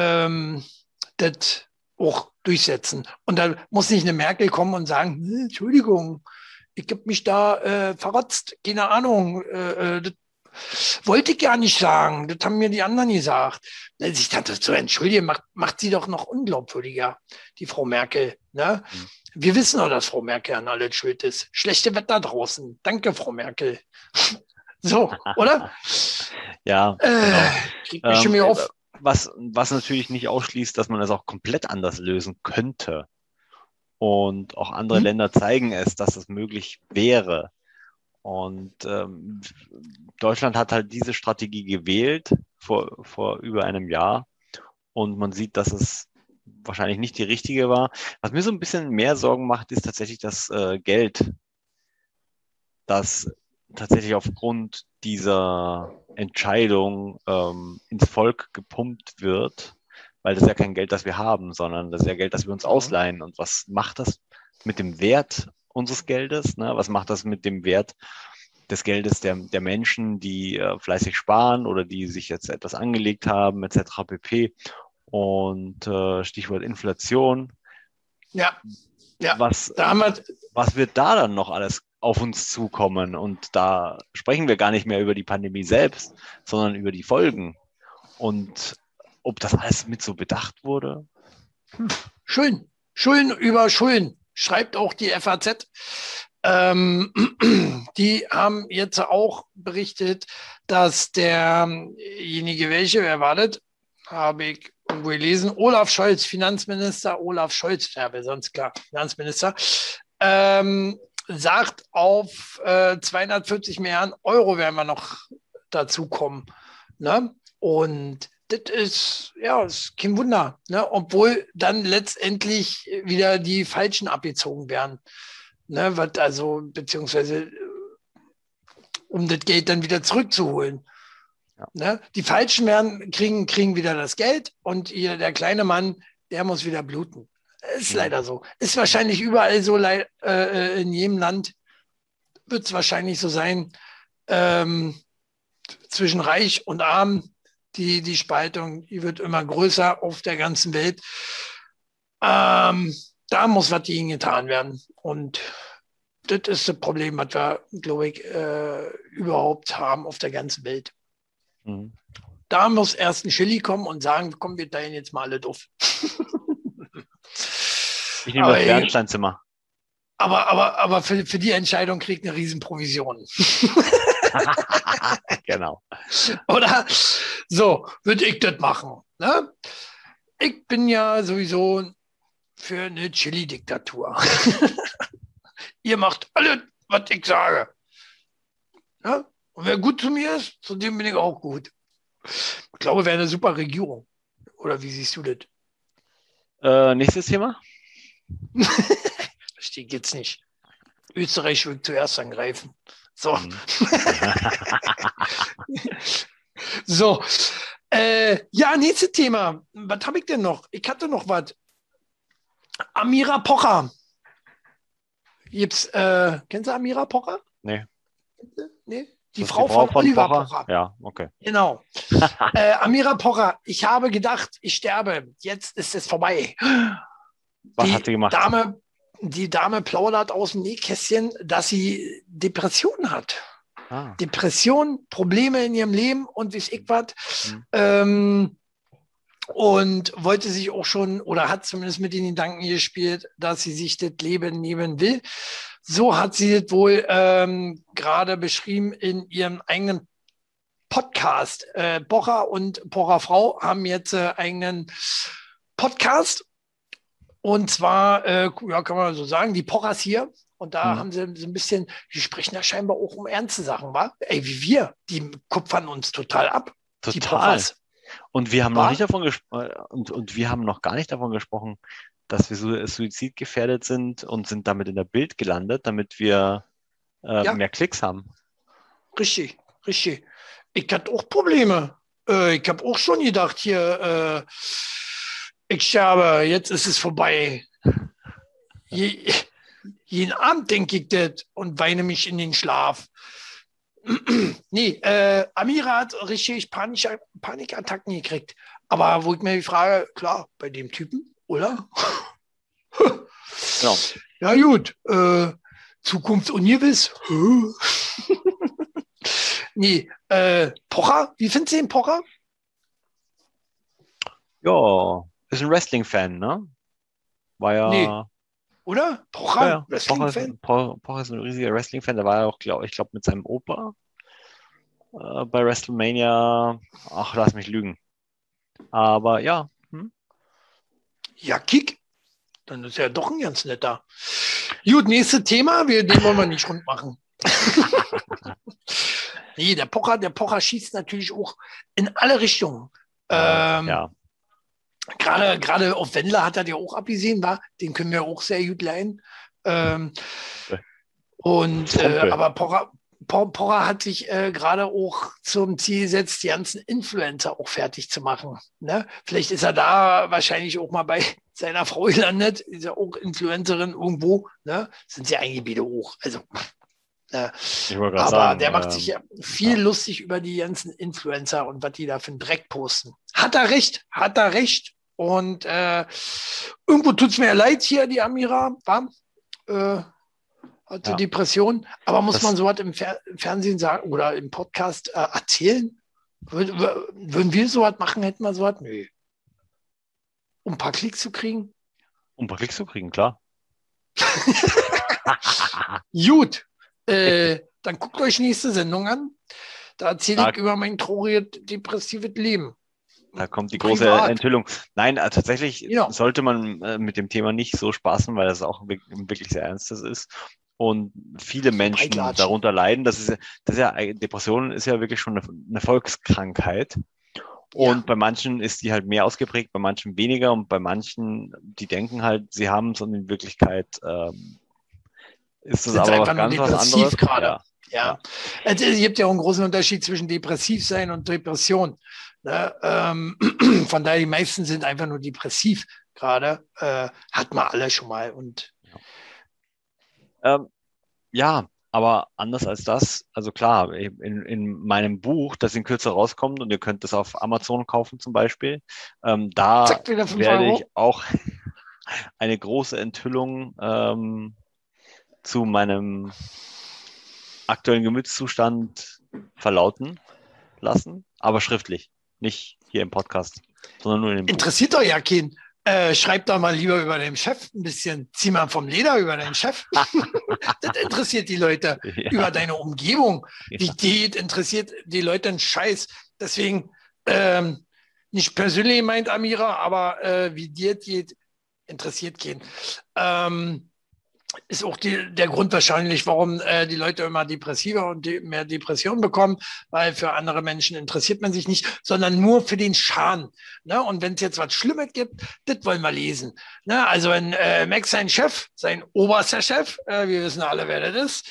das auch durchsetzen. Und da muss nicht eine Merkel kommen und sagen, Entschuldigung, ich habe mich da verrotzt, keine Ahnung, das wollte ich gar nicht sagen, das haben mir die anderen gesagt. Ich dachte, so entschuldige, macht sie doch noch unglaubwürdiger, die Frau Merkel. Ne? Wir wissen doch, dass Frau Merkel an alles schuld ist. Schlechte Wetter draußen. Danke, Frau Merkel. So, oder? Ja, genau. Kriegt mich schon wieder auf. Was natürlich nicht ausschließt, dass man das auch komplett anders lösen könnte. Und auch andere Länder zeigen es, dass es möglich wäre. Und Deutschland hat halt diese Strategie gewählt vor über einem Jahr. Und man sieht, dass es wahrscheinlich nicht die richtige war. Was mir so ein bisschen mehr Sorgen macht, ist tatsächlich das Geld, das tatsächlich aufgrund dieser Entscheidung ins Volk gepumpt wird, weil das ist ja kein Geld, das wir haben, sondern das ist ja Geld, das wir uns ausleihen. Und was macht das mit dem Wert unseres Geldes? Ne? Was macht das mit dem Wert des Geldes der Menschen, die fleißig sparen oder die sich jetzt etwas angelegt haben, etc. pp. Und Stichwort Inflation. Ja. Was wird da dann noch alles auf uns zukommen? Und da sprechen wir gar nicht mehr über die Pandemie selbst, sondern über die Folgen. Und ob das alles mit so bedacht wurde? Schön über Schulden, schreibt auch die FAZ. Die haben jetzt auch berichtet, dass derjenige, wer war das? Habe ich irgendwo gelesen, Olaf Scholz, Finanzminister Olaf Scholz, ja, wer sonst klar, Finanzminister, sagt, auf 240 Milliarden Euro werden wir noch dazukommen. Ne? Und das ist kein Wunder, ne? Obwohl dann letztendlich wieder die Falschen abgezogen werden. Ne? Beziehungsweise um das Geld dann wieder zurückzuholen. Ja. Ne? Die Falschen kriegen wieder das Geld und der kleine Mann, der muss wieder bluten. Ist leider so. Ist wahrscheinlich überall so, in jedem Land wird es wahrscheinlich so sein, zwischen Reich und Arm, die Spaltung, die wird immer größer auf der ganzen Welt. Da muss was gegen getan werden. Und das ist das Problem, was wir, glaube ich, überhaupt haben auf der ganzen Welt. Da muss erst ein Chili kommen und sagen, komm, wir teilen jetzt mal alle auf. Ich nehme das Bernsteinzimmer. Aber für die Entscheidung kriegt eine Riesenprovision. Genau. Oder? So, würde ich das machen. Ne? Ich bin ja sowieso für eine Chili-Diktatur. Ihr macht alles, was ich sage. Ja? Und wer gut zu mir ist, zu dem bin ich auch gut. Ich glaube, wäre eine super Regierung. Oder wie siehst du das? Nächstes Thema? Verstehe ich jetzt nicht. Österreich wird zuerst angreifen. So. Mhm. So. Ja, nächstes Thema. Was habe ich denn noch? Ich hatte noch was. Amira Pocher. Kennst du Amira Pocher? Nee. Nee? Die Das ist Frau von Oliver Pocher. Ja, okay. Genau. Amira Pocher, ich habe gedacht, ich sterbe. Jetzt ist es vorbei. Was hat sie gemacht? Die Dame plaudert aus dem Nähkästchen, dass sie Depressionen hat. Depressionen, Probleme in ihrem Leben und wie ich was. Und wollte sich auch schon oder hat zumindest mit den Gedanken gespielt, dass sie sich das Leben nehmen will. So hat sie das wohl gerade beschrieben in ihrem eigenen Podcast. Pocher und Pocher Frau haben jetzt eigenen Podcast. Und zwar, ja, kann man so sagen, die Pochers hier. Und da haben sie so ein bisschen, die sprechen da scheinbar auch um ernste Sachen, wa? Ey, wie wir, die kupfern uns total ab. Die Pochers. Und wir haben noch nicht davon und wir haben noch gar nicht davon gesprochen, dass wir suizidgefährdet sind und sind damit in der Bild gelandet, damit wir mehr Klicks haben. Richtig, richtig. Ich hatte auch Probleme. Ich habe auch schon gedacht, hier, ich sterbe, jetzt ist es vorbei. Jeden Abend denke ich das und weine mich in den Schlaf. Nee, Amira hat richtig Panikattacken gekriegt. Aber wo ich mir die Frage, klar, bei dem Typen, oder? Genau. Ja gut, zukunftsungewiss. Nee, Pocher, wie findest du den Pocher? Ja, ist ein Wrestling-Fan, ne? War ja... Nee. Oder? Pocher, ja. Wrestling-Fan? Pocher ist ein riesiger Wrestling-Fan. Der war ja auch, ich glaube, mit seinem Opa bei WrestleMania. Ach, lass mich lügen. Aber ja. Ja, Kick. Dann ist er doch ein ganz netter. Gut, nächstes Thema. Den wollen wir nicht rund machen. Nee, der Pocher schießt natürlich auch in alle Richtungen. Ja. Gerade auf Wendler hat er ja auch abgesehen, war. Den können wir auch sehr gut leihen. Aber Pocher hat sich gerade auch zum Ziel gesetzt, die ganzen Influencer auch fertig zu machen. Ne? Vielleicht ist er da wahrscheinlich auch mal bei seiner Frau gelandet, ist ja auch Influencerin irgendwo. Ne? Sind sie eigentlich beide hoch. Also, aber sagen, der macht sich ja viel lustig über die ganzen Influencer und was die da für einen Dreck posten. Hat er recht. Und irgendwo tut es mir leid hier, die Amira, hatte Depression. Aber muss man sowas im Fernsehen sagen oder im Podcast erzählen? Würden wir sowas machen, hätten wir sowas? Nö. Um ein paar Klicks zu kriegen? Um ein paar Klicks zu kriegen, klar. Gut. Dann guckt euch nächste Sendung an. Da erzähle ich über mein trauriges, depressives Leben. Da kommt die große Enthüllung. Nein, tatsächlich sollte man mit dem Thema nicht so spaßen, weil das auch wirklich sehr Ernstes ist. Und viele Menschen darunter leiden. Depression ist ja wirklich schon eine Volkskrankheit. Und bei manchen ist die halt mehr ausgeprägt, bei manchen weniger. Und bei manchen, die denken halt, sie haben es und in Wirklichkeit ist das aber was ganz was anderes. Gerade. Ja. Also, es gibt ja auch einen großen Unterschied zwischen depressiv sein und Depression. Ne? Von daher, die meisten sind einfach nur depressiv gerade. Hat man alle schon mal. Und ja, aber anders als das, also klar, in meinem Buch, das in Kürze rauskommt und ihr könnt es auf Amazon kaufen zum Beispiel, da werde ich auch eine große Enthüllung zu meinem aktuellen Gemütszustand verlauten lassen, aber schriftlich. Nicht hier im Podcast, sondern nur in dem Buch. Interessiert doch ja keinen. Schreib doch mal lieber über deinen Chef ein bisschen. Zieh mal vom Leder über deinen Chef. Das interessiert die Leute. Ja. Über deine Umgebung. Ja. Wie geht, interessiert die Leute einen Scheiß. Deswegen nicht persönlich meint Amira, aber wie dir geht, interessiert keinen. Ist auch der Grund wahrscheinlich, warum die Leute immer depressiver und mehr Depressionen bekommen, weil für andere Menschen interessiert man sich nicht, sondern nur für den Schaden. Ne? Und wenn es jetzt was Schlimmes gibt, das wollen wir lesen. Ne? Also wenn Max sein Chef, sein oberster Chef, wir wissen alle, wer das ist,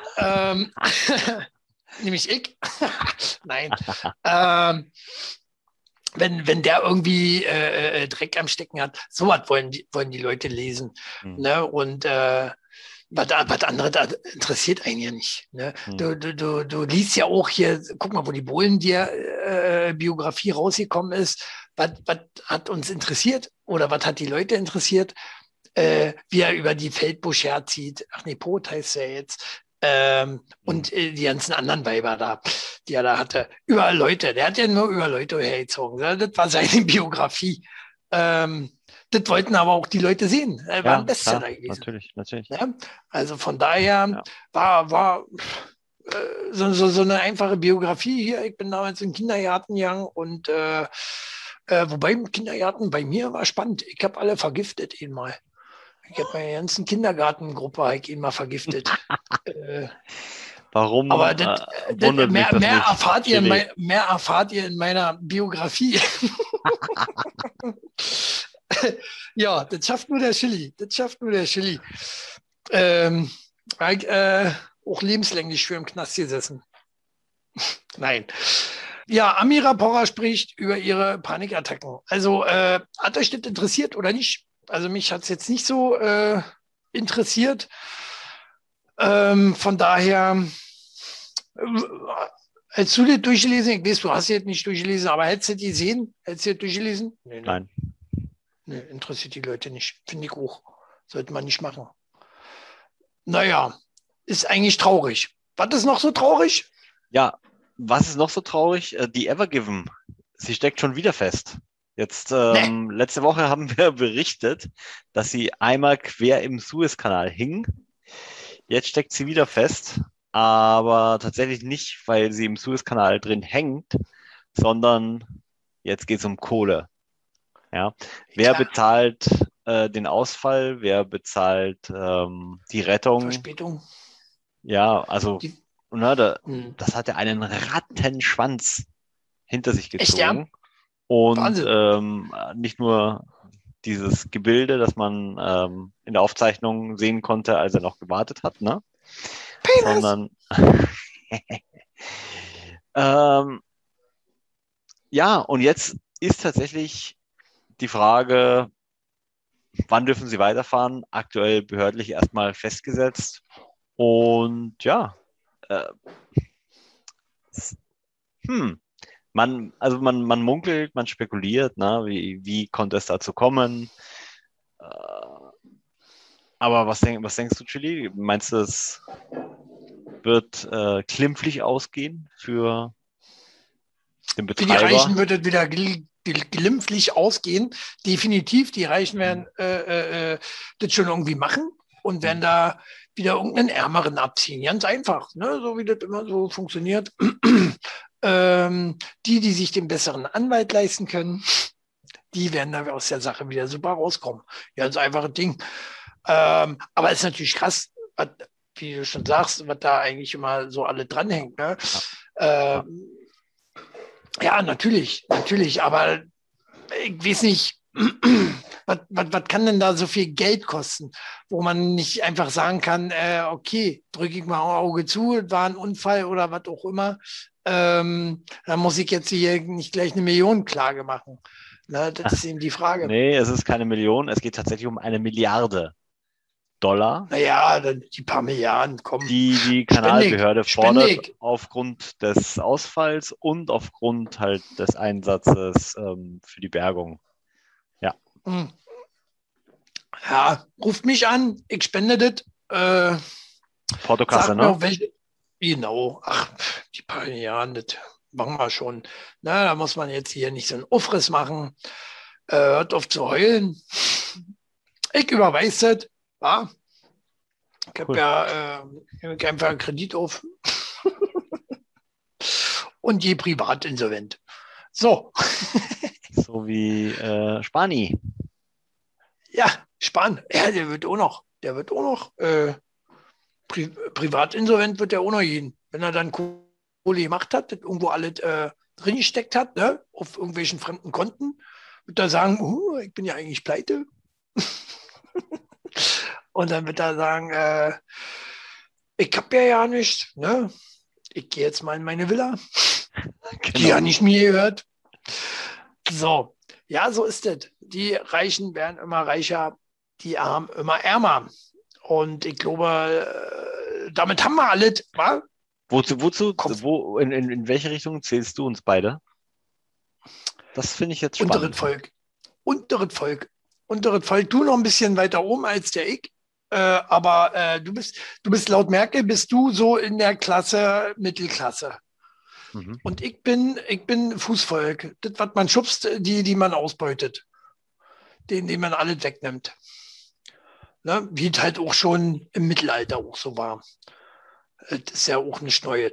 nämlich ich, nein, wenn der irgendwie Dreck am Stecken hat, sowas wollen die Leute lesen. Ne? Und was andere da interessiert einen ja nicht. Ne? Du liest ja auch hier, guck mal, wo die Bohlen dir Biografie rausgekommen ist. Was hat uns interessiert oder was hat die Leute interessiert? Wie er über die Feldbusch herzieht. Ach nee, Pot heißt er jetzt. Und die ganzen anderen Weiber da, die er da hatte. Überall Leute. Der hat ja nur über Leute hergezogen. Das war seine Biografie. Das wollten aber auch die Leute sehen. Er war ein Bestseller gewesen. Natürlich. Ja? Also von daher war so eine einfache Biografie hier. Ich bin damals in den Kindergarten gegangen und wobei im Kindergarten bei mir war spannend. Ich habe alle vergiftet einmal. Ich habe meine ganzen Kindergartengruppe mal vergiftet. Warum? Aber mehr erfahrt ihr in meiner Biografie. Ja, das schafft nur der Chili. Auch lebenslänglich für im Knast gesessen. Nein. Ja, Amira Porra spricht über ihre Panikattacken. Also hat euch das interessiert oder nicht? Also mich hat es jetzt nicht so interessiert. Von daher, als du das durchgelesen, ich weiß, du hast jetzt nicht durchgelesen, aber hättest du die gesehen? Hättest du das durchgelesen? Nee. Nein. Nee, interessiert die Leute nicht. Finde ich auch. Sollte man nicht machen. Naja, ist eigentlich traurig. Was ist noch so traurig? Ja, was ist noch so traurig? Die Evergiven, sie steckt schon wieder fest. Jetzt, letzte Woche haben wir berichtet, dass sie einmal quer im Suezkanal hing. Jetzt steckt sie wieder fest, aber tatsächlich nicht, weil sie im Suezkanal drin hängt, sondern jetzt geht es um Kohle. Ja. Wer bezahlt den Ausfall? Wer bezahlt die Rettung? Verspätung. Ja, also das hat ja einen Rattenschwanz hinter sich gezogen. Echt, ja? Und nicht nur dieses Gebilde, das man in der Aufzeichnung sehen konnte, als er noch gewartet hat, ne? Sondern ja, und jetzt ist tatsächlich die Frage, wann dürfen sie weiterfahren? Aktuell behördlich erstmal festgesetzt. Und ja, man munkelt, man spekuliert, ne? Wie konnte es dazu kommen? Aber was denkst du, Chili? Meinst du, es wird glimpflich ausgehen für den Betreiber? Für die Reichen wird es wieder glimpflich ausgehen. Definitiv, die Reichen werden das schon irgendwie machen und werden da wieder irgendeinen Ärmeren abziehen. Ganz einfach, ne? So wie das immer so funktioniert. Die sich den besseren Anwalt leisten können, die werden da aus der Sache wieder super rauskommen. Ganz einfaches Ding. Aber es ist natürlich krass, wie du schon sagst, was da eigentlich immer so alle dranhängt. Ne? Ja, natürlich, aber ich weiß nicht, was kann denn da so viel Geld kosten, wo man nicht einfach sagen kann, okay, drücke ich mal ein Auge zu, war ein Unfall oder was auch immer, da muss ich jetzt hier nicht gleich eine Millionenklage machen. Na, das ist eben die Frage. Nee, es ist keine Million, es geht tatsächlich um 1 Milliarde Dollar. Naja, die paar Milliarden kommen. Die Kanalbehörde fordert aufgrund des Ausfalls und aufgrund halt des Einsatzes für die Bergung. Ja. Ja, ruft mich an, ich spende das. Portokasse, ne? Genau, ach, die paar Milliarden, das machen wir schon. Na, da muss man jetzt hier nicht so einen Aufriss machen. Hört auf zu heulen. Ich überweise das. Ja. Ich habe ja einfach einen Kredit auf. Und je privat insolvent. So. So wie Spani. Ja, Spahn. Ja, der wird auch noch privat insolvent wird der auch noch gehen. Wenn er dann Kohle gemacht hat, das irgendwo alles drin gesteckt hat, ne, auf irgendwelchen fremden Konten, wird er sagen, ich bin ja eigentlich pleite. Und dann wird er sagen, ich habe ja nichts, ne? Ich gehe jetzt mal in meine Villa, die ja nicht mir gehört. So, ja, so ist es. Die Reichen werden immer reicher, die Armen immer ärmer. Und ich glaube, damit haben wir alles, wa? In welche Richtung zählst du uns beide? Das finde ich jetzt spannend. Unteres Volk. Du noch ein bisschen weiter oben als der ich. Aber du bist laut Merkel, bist du so in der Klasse, Mittelklasse. Mhm. Und ich bin Fußvolk. Das, was man schubst, die man ausbeutet. Den man alles wegnimmt. Ne? Wie es halt auch schon im Mittelalter auch so war. Das ist ja auch nicht Neues.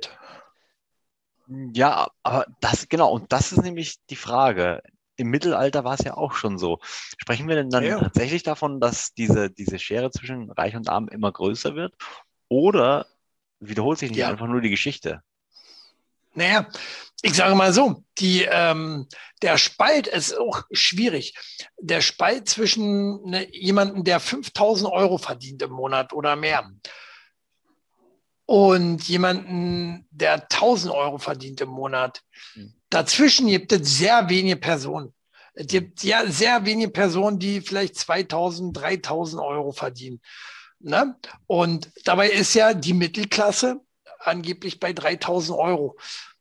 Ja, aber und das ist nämlich die Frage. Im Mittelalter war es ja auch schon so. Sprechen wir denn dann tatsächlich davon, dass diese Schere zwischen Reich und Arm immer größer wird? Oder wiederholt sich nicht einfach nur die Geschichte? Naja, ich sage mal so, der Spalt ist auch schwierig. Der Spalt zwischen jemandem, der 5.000 Euro verdient im Monat oder mehr, und jemanden, der 1.000 Euro verdient im Monat. Dazwischen gibt es sehr wenige Personen. Es gibt sehr wenige Personen, die vielleicht 2.000, 3.000 Euro verdienen. Ne? Und dabei ist ja die Mittelklasse angeblich bei 3.000 Euro.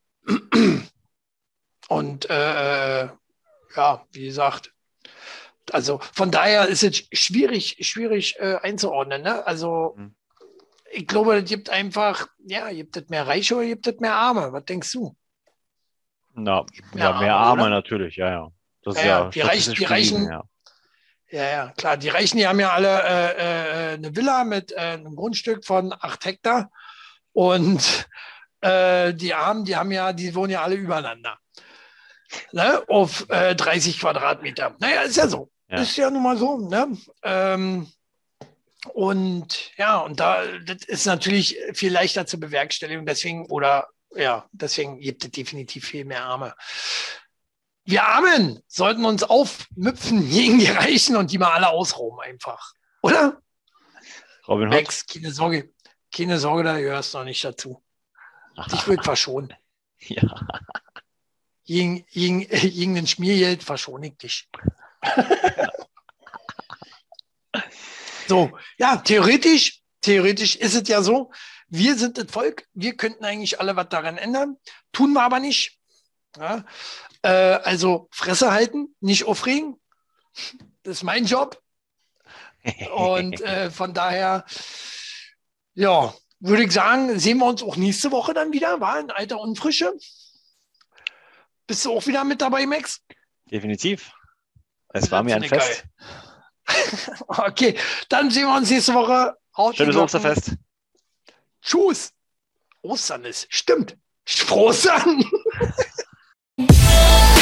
Und wie gesagt, also von daher ist es schwierig einzuordnen. Ne? Also ich glaube, es gibt einfach, gibt es mehr Reiche oder gibt es mehr Arme? Was denkst du? Mehr Arme natürlich, ja. Das ist die Reichen, klar, die Reichen, die haben ja alle eine Villa mit einem Grundstück von 8 Hektar und die Armen, die wohnen ja alle übereinander. Ne? Auf 30 Quadratmeter. Naja, ist ja so. Ja. Ist ja nun mal so. Ne? Und das ist natürlich viel leichter zu bewerkstelligen, deswegen gibt es definitiv viel mehr Arme. Wir Armen sollten uns aufmüpfen gegen die Reichen und die mal alle ausrauben einfach. Oder? Robin Hood? Max, keine Sorge, da gehörst du noch nicht dazu. Dich wird verschonen. Ja. Gegen den Schmiergeld verschone ich dich. So, ja, theoretisch ist es ja so, wir sind das Volk, wir könnten eigentlich alle was daran ändern, tun wir aber nicht. Ja, also Fresse halten, nicht aufregen, das ist mein Job. Und von daher, würde ich sagen, sehen wir uns auch nächste Woche dann wieder, war in alter Unfrische. Bist du auch wieder mit dabei, Max? Definitiv. Es war mir ein Fest. Okay, dann sehen wir uns nächste Woche. Schönes Osterfest. Tschüss. Ostern ist, stimmt. Frohes Ostern.